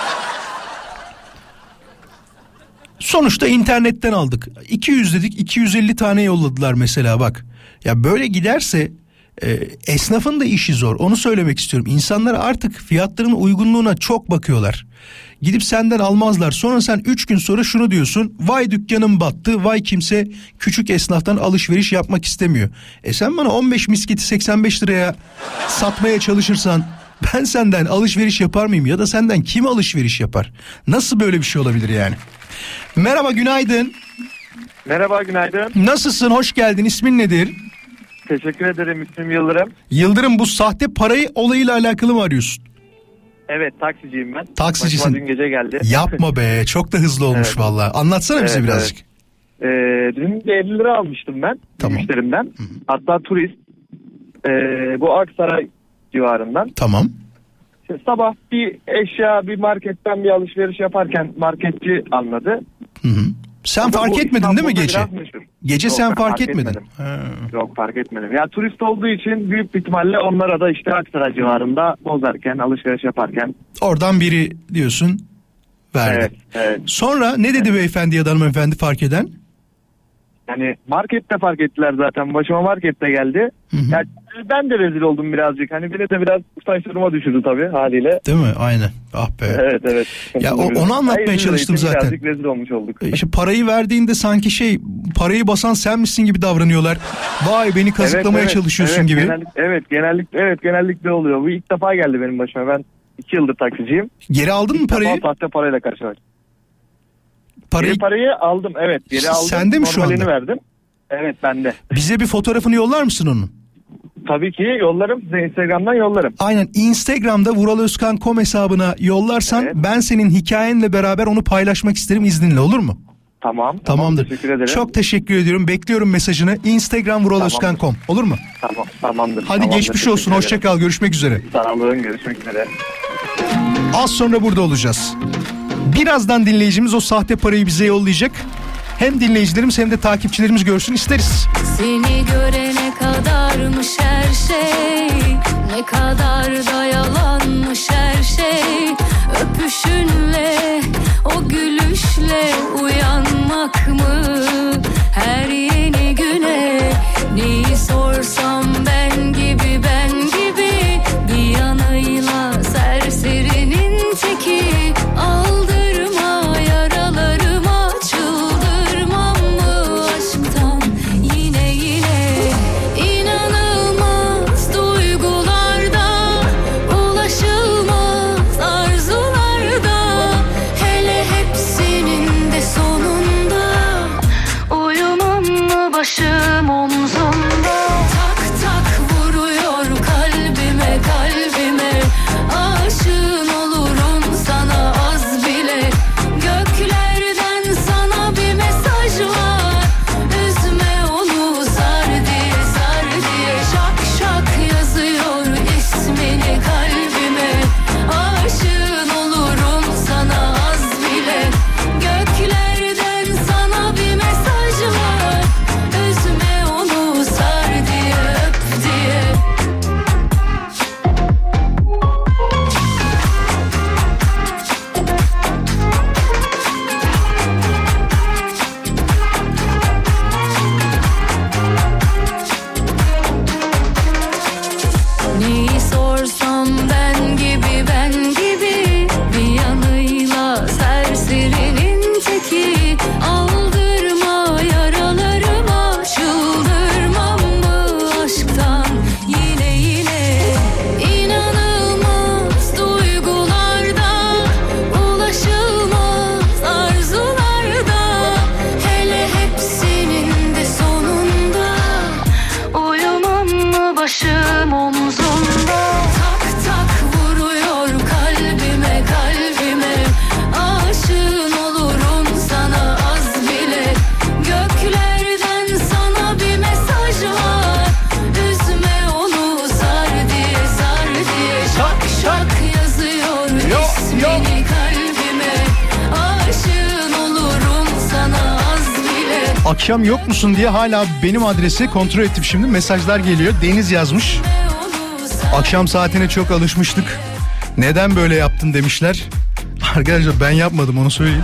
Sonuçta internetten aldık. iki yüz dedik, iki yüz elli tane yolladılar mesela bak. Ya böyle giderse e, esnafın da işi zor. Onu söylemek istiyorum. İnsanlar artık fiyatların uygunluğuna çok bakıyorlar. Gidip senden almazlar. Sonra sen üç gün sonra şunu diyorsun. Vay dükkanım battı. Vay kimse küçük esnaftan alışveriş yapmak istemiyor. E sen bana on beş misketi seksen beş liraya satmaya çalışırsan ben senden alışveriş yapar mıyım? Ya da senden kim alışveriş yapar? Nasıl böyle bir şey olabilir yani? Merhaba, günaydın. Merhaba, günaydın. Nasılsın, hoş geldin, ismin nedir? Teşekkür ederim, ismim Yıldırım. Yıldırım, bu sahte parayı olayıyla alakalı mı arıyorsun? Evet, taksiciyim ben. Taksicisin. Başıma dün gece geldi. Yapma be, çok da hızlı olmuş evet. Vallahi. Anlatsana evet, bize birazcık. Evet. Ee, dün de elli lira almıştım ben tamam. Müşterimden. Hı-hı. Hatta turist. Ee, bu Aksaray civarından. Tamam. İşte sabah bir eşya bir marketten bir alışveriş yaparken marketçi anladı. Hı hı. Sen fark etmedin İstanbul'da değil mi gece? Gece Yok, sen fark, fark etmedin. etmedim. Yok fark etmedim. Ya turist olduğu için büyük bir ihtimalle onlara da işte Aksaray civarında bozarken alışveriş yaparken. Oradan biri diyorsun verdi. Evet, evet. Sonra ne dedi evet. Beyefendi ya da hanımefendi fark eden? Yani markette fark ettiler zaten. Başıma markette geldi. Hı hı. Yani ben de rezil oldum birazcık. Hani beni de biraz utanç duruma düşürdü tabii haliyle. Değil mi? Aynen. Ah be. Evet evet. Ya o, onu anlatmaya Hayır, çalıştım zaten. Birazcık rezil olmuş olduk. İşte parayı verdiğinde sanki şey, parayı basan sen misin gibi davranıyorlar. Vay beni kazıklamaya evet, evet, çalışıyorsun evet, gibi. Genellik, evet genellikle evet genellikle oluyor. Bu ilk defa geldi benim başıma. Ben iki yıldır taksiciyim. Geri aldın ilk mı parayı? İlk defa sahte parayla karşılaştım. Parayı... Geri parayı aldım evet. Geri aldım. Sende mi şu anda? Normalini verdim. Evet bende. Bize bir fotoğrafını yollar mısın onun? Tabii ki yollarım, size Instagram'dan yollarım. Aynen, Instagram'da vural özkan nokta com hesabına yollarsan evet. Ben senin hikayenle beraber onu paylaşmak isterim izninle, olur mu? Tamam. Tamamdır. Tamam, teşekkür ederim. Çok teşekkür ediyorum. Bekliyorum mesajını. Instagram vural özkan nokta com olur mu? Tamam. Tamamdır. Hadi tamamdır, geçmiş olsun. Hoşça kal. Görüşmek üzere. Sağ olun. Görüşmek üzere. Az sonra burada olacağız. Birazdan dinleyicimiz o sahte parayı bize yollayacak. Hem dinleyicilerimiz hem de takipçilerimiz görsün isteriz. Seni görene kadarmış her şey, ne kadar da yalanmış her şey. Öpüşünle, o gülüşle uyanmak mı her yeni güne? Neyi sorsam ben gibi ben gibi, bir yanıyla serserinin teki. başım omzumda. Tak tak vuruyor kalbime kalbime. Aşığın olurum sana az bile. Göklerden sana bir mesaj var. Üzme onu sar diye sar diye. Şak şak yazıyor ismini kalbime. Aşığın olurum sana az bile. Göklerden sana bir mesaj var. Üzme onu sar diye öp diye. Neyi sorsam ben gibi ben gibi. Bir yanıyla serserinin teki. Aldırma yaralarıma. Çıldırmam mı aşktan yine yine. İnanılmaz duygularda. Ulaşılmaz arzularda. Hele hepsinin de sonunda. Uyumam mı başım omzumda. Tak tak vuruyor kalbime kalbime. Aşığın olurum sana az bile. Göklerden sana bir mesaj var. Üzme onu sar diye sar diye. Şak şak yazıyor ismini kalbime. Aşığın olurum sana az bile. Akşam yok musun diye hala benim adrese kontrol ettim şimdi. Mesajlar geliyor. Deniz yazmış. Akşam saatine çok alışmıştık. Neden böyle yaptın demişler. Arkadaşlar ben yapmadım, onu söyleyeyim.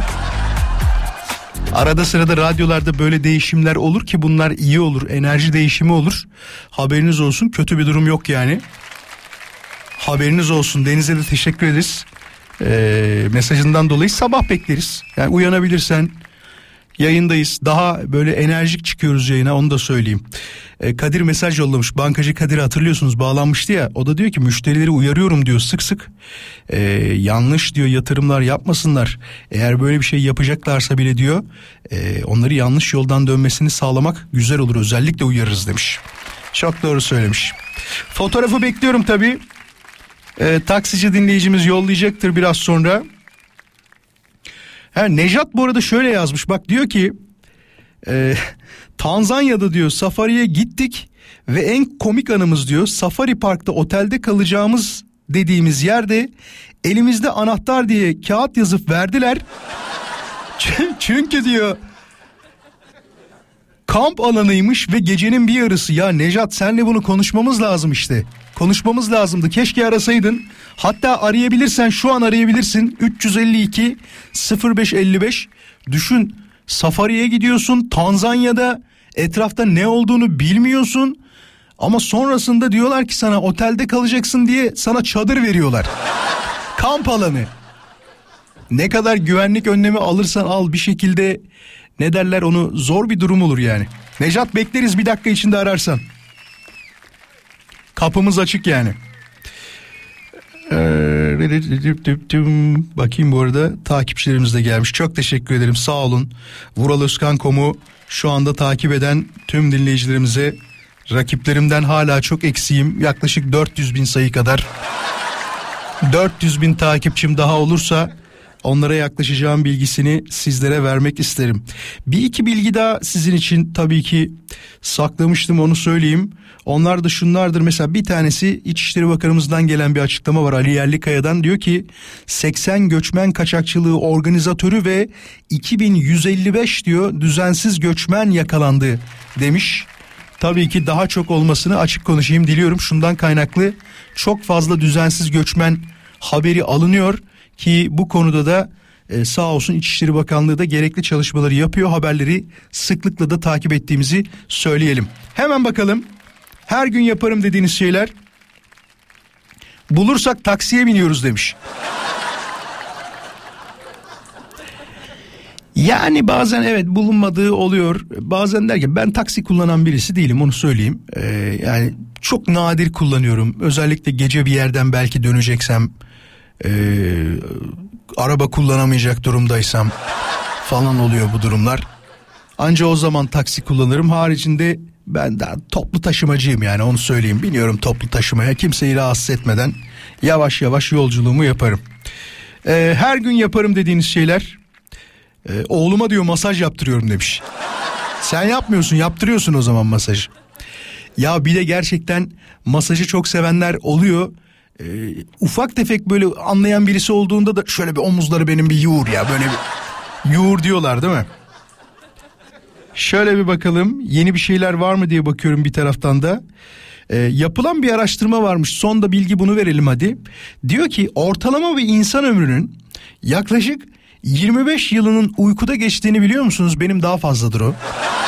Arada sırada radyolarda böyle değişimler olur ki bunlar iyi olur. Enerji değişimi olur. Haberiniz olsun, kötü bir durum yok yani. Haberiniz olsun. Deniz'e de teşekkür ederiz. Ee, mesajından dolayı sabah bekleriz. Yani uyanabilirsen yayındayız. Daha böyle enerjik çıkıyoruz yayına, onu da söyleyeyim. Ee, Kadir mesaj yollamış. Bankacı Kadir hatırlıyorsunuz, bağlanmıştı ya. O da diyor ki müşterileri uyarıyorum diyor sık sık. Ee, yanlış diyor yatırımlar yapmasınlar. Eğer böyle bir şey yapacaklarsa bile diyor e, onları yanlış yoldan dönmesini sağlamak güzel olur. Özellikle uyarırız demiş. Çok doğru söylemiş. Fotoğrafı bekliyorum tabii. Ee, taksici dinleyicimiz yollayacaktır biraz sonra. Ha, Nejat bu arada şöyle yazmış, bak diyor ki e, Tanzanya'da diyor safariye gittik ve en komik anımız diyor Safari Park'ta otelde kalacağımız dediğimiz yerde elimizde anahtar diye kağıt yazıp verdiler. Çünkü diyor kamp alanıymış ve gecenin bir yarısı. Ya Nejat, senle bunu konuşmamız lazım işte. Konuşmamız lazımdı. Keşke arasaydın. Hatta arayabilirsen şu an arayabilirsin. üç yüz elli iki sıfır beş elli beş. Düşün, safariye gidiyorsun Tanzanya'da, etrafta ne olduğunu bilmiyorsun. Ama sonrasında diyorlar ki sana otelde kalacaksın diye sana çadır veriyorlar. Kamp alanı. Ne kadar güvenlik önlemi alırsan al bir şekilde, ne derler onu, zor bir durum olur yani. Nejat, bekleriz bir dakika içinde ararsan. Kapımız açık yani. Bakayım, bu arada takipçilerimiz de gelmiş. Çok teşekkür ederim, sağ olun. vural özkan nokta com'u şu anda takip eden tüm dinleyicilerimize, rakiplerimden hala çok eksiğim. Yaklaşık dört yüz bin sayı kadar. dört yüz bin takipçim daha olursa onlara yaklaşacağım bilgisini sizlere vermek isterim. Bir iki bilgi daha sizin için tabii ki saklamıştım, onu söyleyeyim. Onlar da şunlardır. Mesela bir tanesi, İçişleri Bakanımızdan gelen bir açıklama var, Ali Yerlikaya'dan. Diyor ki seksen göçmen kaçakçılığı organizatörü ve iki bin yüz elli beş diyor düzensiz göçmen yakalandı demiş. Tabii ki daha çok olmasını, açık konuşayım, diliyorum. Şundan kaynaklı çok fazla düzensiz göçmen haberi alınıyor ki bu konuda da e, sağ olsun İçişleri Bakanlığı da gerekli çalışmaları yapıyor. Haberleri sıklıkla da takip ettiğimizi söyleyelim. Hemen bakalım. Her gün yaparım dediğiniz şeyler. Bulursak taksiye biniyoruz demiş. Yani bazen evet bulunmadığı oluyor. Bazen derken ben taksi kullanan birisi değilim, onu söyleyeyim. Ee, yani çok nadir kullanıyorum. Özellikle gece bir yerden belki döneceksem, e, araba kullanamayacak durumdaysam falan oluyor bu durumlar. Anca o zaman taksi kullanırım. Haricinde ben daha toplu taşımacıyım, yani onu söyleyeyim. Biniyorum toplu taşımaya, kimseyi rahatsız etmeden yavaş yavaş yolculuğumu yaparım. Ee, her gün yaparım dediğiniz şeyler. Ee, oğluma diyor masaj yaptırıyorum demiş. Sen yapmıyorsun, yaptırıyorsun o zaman masajı. Ya bir de gerçekten masajı çok sevenler oluyor. Ee, ufak tefek böyle anlayan birisi olduğunda da şöyle bir omuzları benim bir yoğur ya, böyle bir yoğur diyorlar değil mi? Şöyle bir bakalım, yeni bir şeyler var mı diye bakıyorum bir taraftan da. Ee, yapılan bir araştırma varmış, son da bilgi bunu verelim hadi. Diyor ki ortalama bir insan ömrünün yaklaşık yirmi beş yılının uykuda geçtiğini biliyor musunuz? Benim daha fazladır o.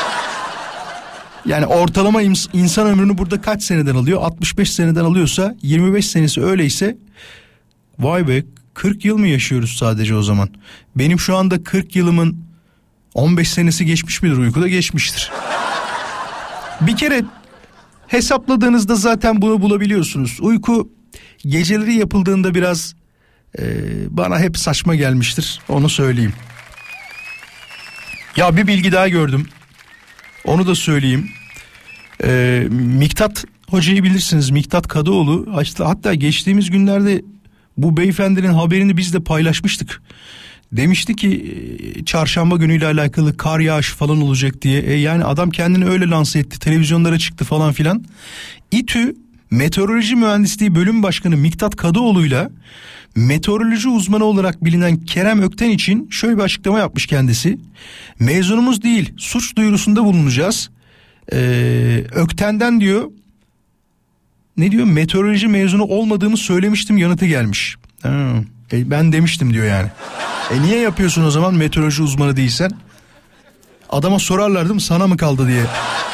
Yani ortalama insan ömrünü burada kaç seneden alıyor? altmış beş seneden alıyorsa yirmi beş senesi öyleyse, vay be, kırk yıl mı yaşıyoruz sadece o zaman? Benim şu anda kırk yılımın on beş senesi geçmiş midir? Uykuda geçmiştir. Bir kere hesapladığınızda zaten bunu bulabiliyorsunuz. Uyku geceleri yapıldığında biraz e, bana hep saçma gelmiştir, onu söyleyeyim. Ya bir bilgi daha gördüm. Onu da söyleyeyim. Ee, Miktat hocayı bilirsiniz, Miktat Kadıoğlu. Hatta geçtiğimiz günlerde bu beyefendinin haberini biz de paylaşmıştık. Demişti ki çarşamba günüyle alakalı kar yağışı falan olacak diye. E yani adam kendini öyle lanse etti, televizyonlara çıktı falan filan. İTÜ Meteoroloji Mühendisliği Bölüm Başkanı Miktat Kadıoğlu'yla meteoroloji uzmanı olarak bilinen Kerem Ökten için şöyle bir açıklama yapmış kendisi. Mezunumuz değil, suç duyurusunda bulunacağız. Ee, Ökten'den diyor, ne diyor, meteoroloji mezunu olmadığımı söylemiştim yanıtı gelmiş. Ha, e, ben demiştim diyor yani. E niye yapıyorsun o zaman meteoroloji uzmanı değilsen? Adama sorarlar değil mi, sana mı kaldı diye.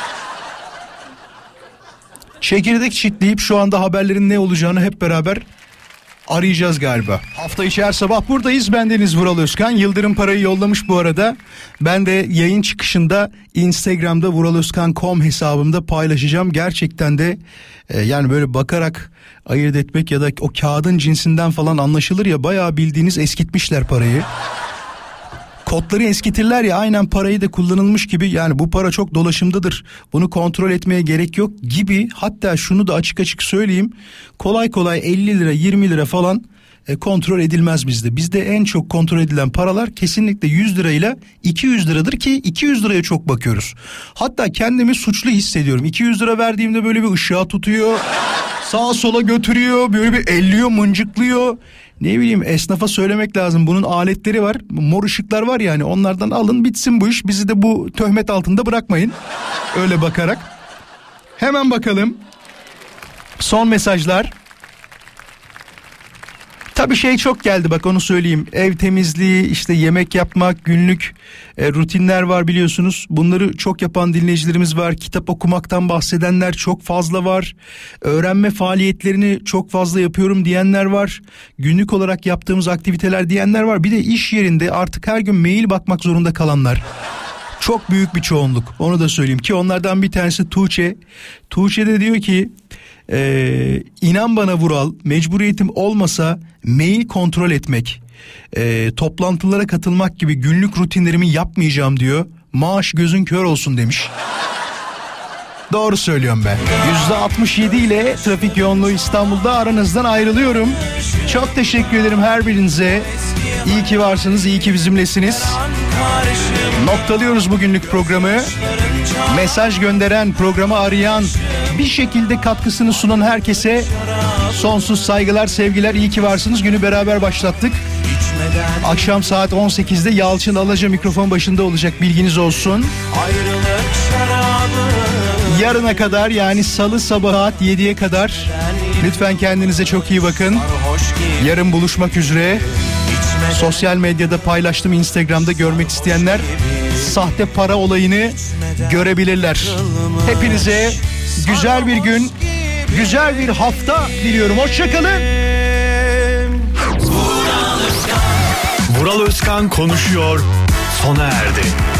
Çekirdek çitleyip şu anda haberlerin ne olacağını hep beraber arayacağız galiba. Hafta içi her sabah buradayız. Bendeniz Vural Özkan. Yıldırım parayı yollamış bu arada. Ben de yayın çıkışında Instagram'da vural özkan nokta com hesabımda paylaşacağım. Gerçekten de e, yani böyle bakarak ayırt etmek ya da o kağıdın cinsinden falan anlaşılır ya, bayağı bildiğiniz eskitmişler parayı. Kodları eskitirler ya, aynen parayı da kullanılmış gibi, yani bu para çok dolaşımdadır, bunu kontrol etmeye gerek yok gibi. Hatta şunu da açık açık söyleyeyim, kolay kolay elli lira yirmi lira falan e, kontrol edilmez bizde. Bizde en çok kontrol edilen paralar kesinlikle yüz lirayla iki yüz liradır ki iki yüz liraya çok bakıyoruz. Hatta kendimi suçlu hissediyorum. iki yüz lira verdiğimde böyle bir ışığa tutuyor, sağa sola götürüyor, böyle bir elliyor, mıncıklıyor. Ne bileyim, esnafa söylemek lazım, bunun aletleri var, mor ışıklar var yani, onlardan alın bitsin bu iş, bizi de bu töhmet altında bırakmayın öyle bakarak. Hemen bakalım son mesajlar. Tabii şey çok geldi, bak onu söyleyeyim. Ev temizliği, işte yemek yapmak, günlük e, rutinler var biliyorsunuz. Bunları çok yapan dinleyicilerimiz var. Kitap okumaktan bahsedenler çok fazla var. Öğrenme faaliyetlerini çok fazla yapıyorum diyenler var. Günlük olarak yaptığımız aktiviteler diyenler var. Bir de iş yerinde artık her gün mail bakmak zorunda kalanlar. Çok büyük bir çoğunluk, onu da söyleyeyim ki onlardan bir tanesi Tuğçe. Tuğçe de diyor ki Ee, inan bana Vural, mecburiyetim olmasa mail kontrol etmek, e, toplantılara katılmak gibi günlük rutinlerimi yapmayacağım diyor. Maaş gözün kör olsun demiş. Doğru söylüyorum ben. yüzde altmış yedi ile trafik yoğunluğu İstanbul'da aranızdan ayrılıyorum. Çok teşekkür ederim her birinize. İyi ki varsınız, iyi ki bizimlesiniz. Noktalıyoruz bugünlük programı. Mesaj gönderen, programı arayan, bir şekilde katkısını sunan herkese sonsuz saygılar, sevgiler, iyi ki varsınız. Günü beraber başlattık. Akşam saat on sekizde Yalçın Alaca mikrofon başında olacak, bilginiz olsun. Yarına kadar, yani salı sabahı yediye kadar lütfen kendinize çok iyi bakın. Yarın buluşmak üzere. Sosyal medyada paylaştım, Instagram'da, görmek isteyenler sahte para olayını görebilirler. Hepinize güzel bir gün, güzel bir hafta diliyorum. Hoşçakalın. Vural Özkan konuşuyor, sona erdi.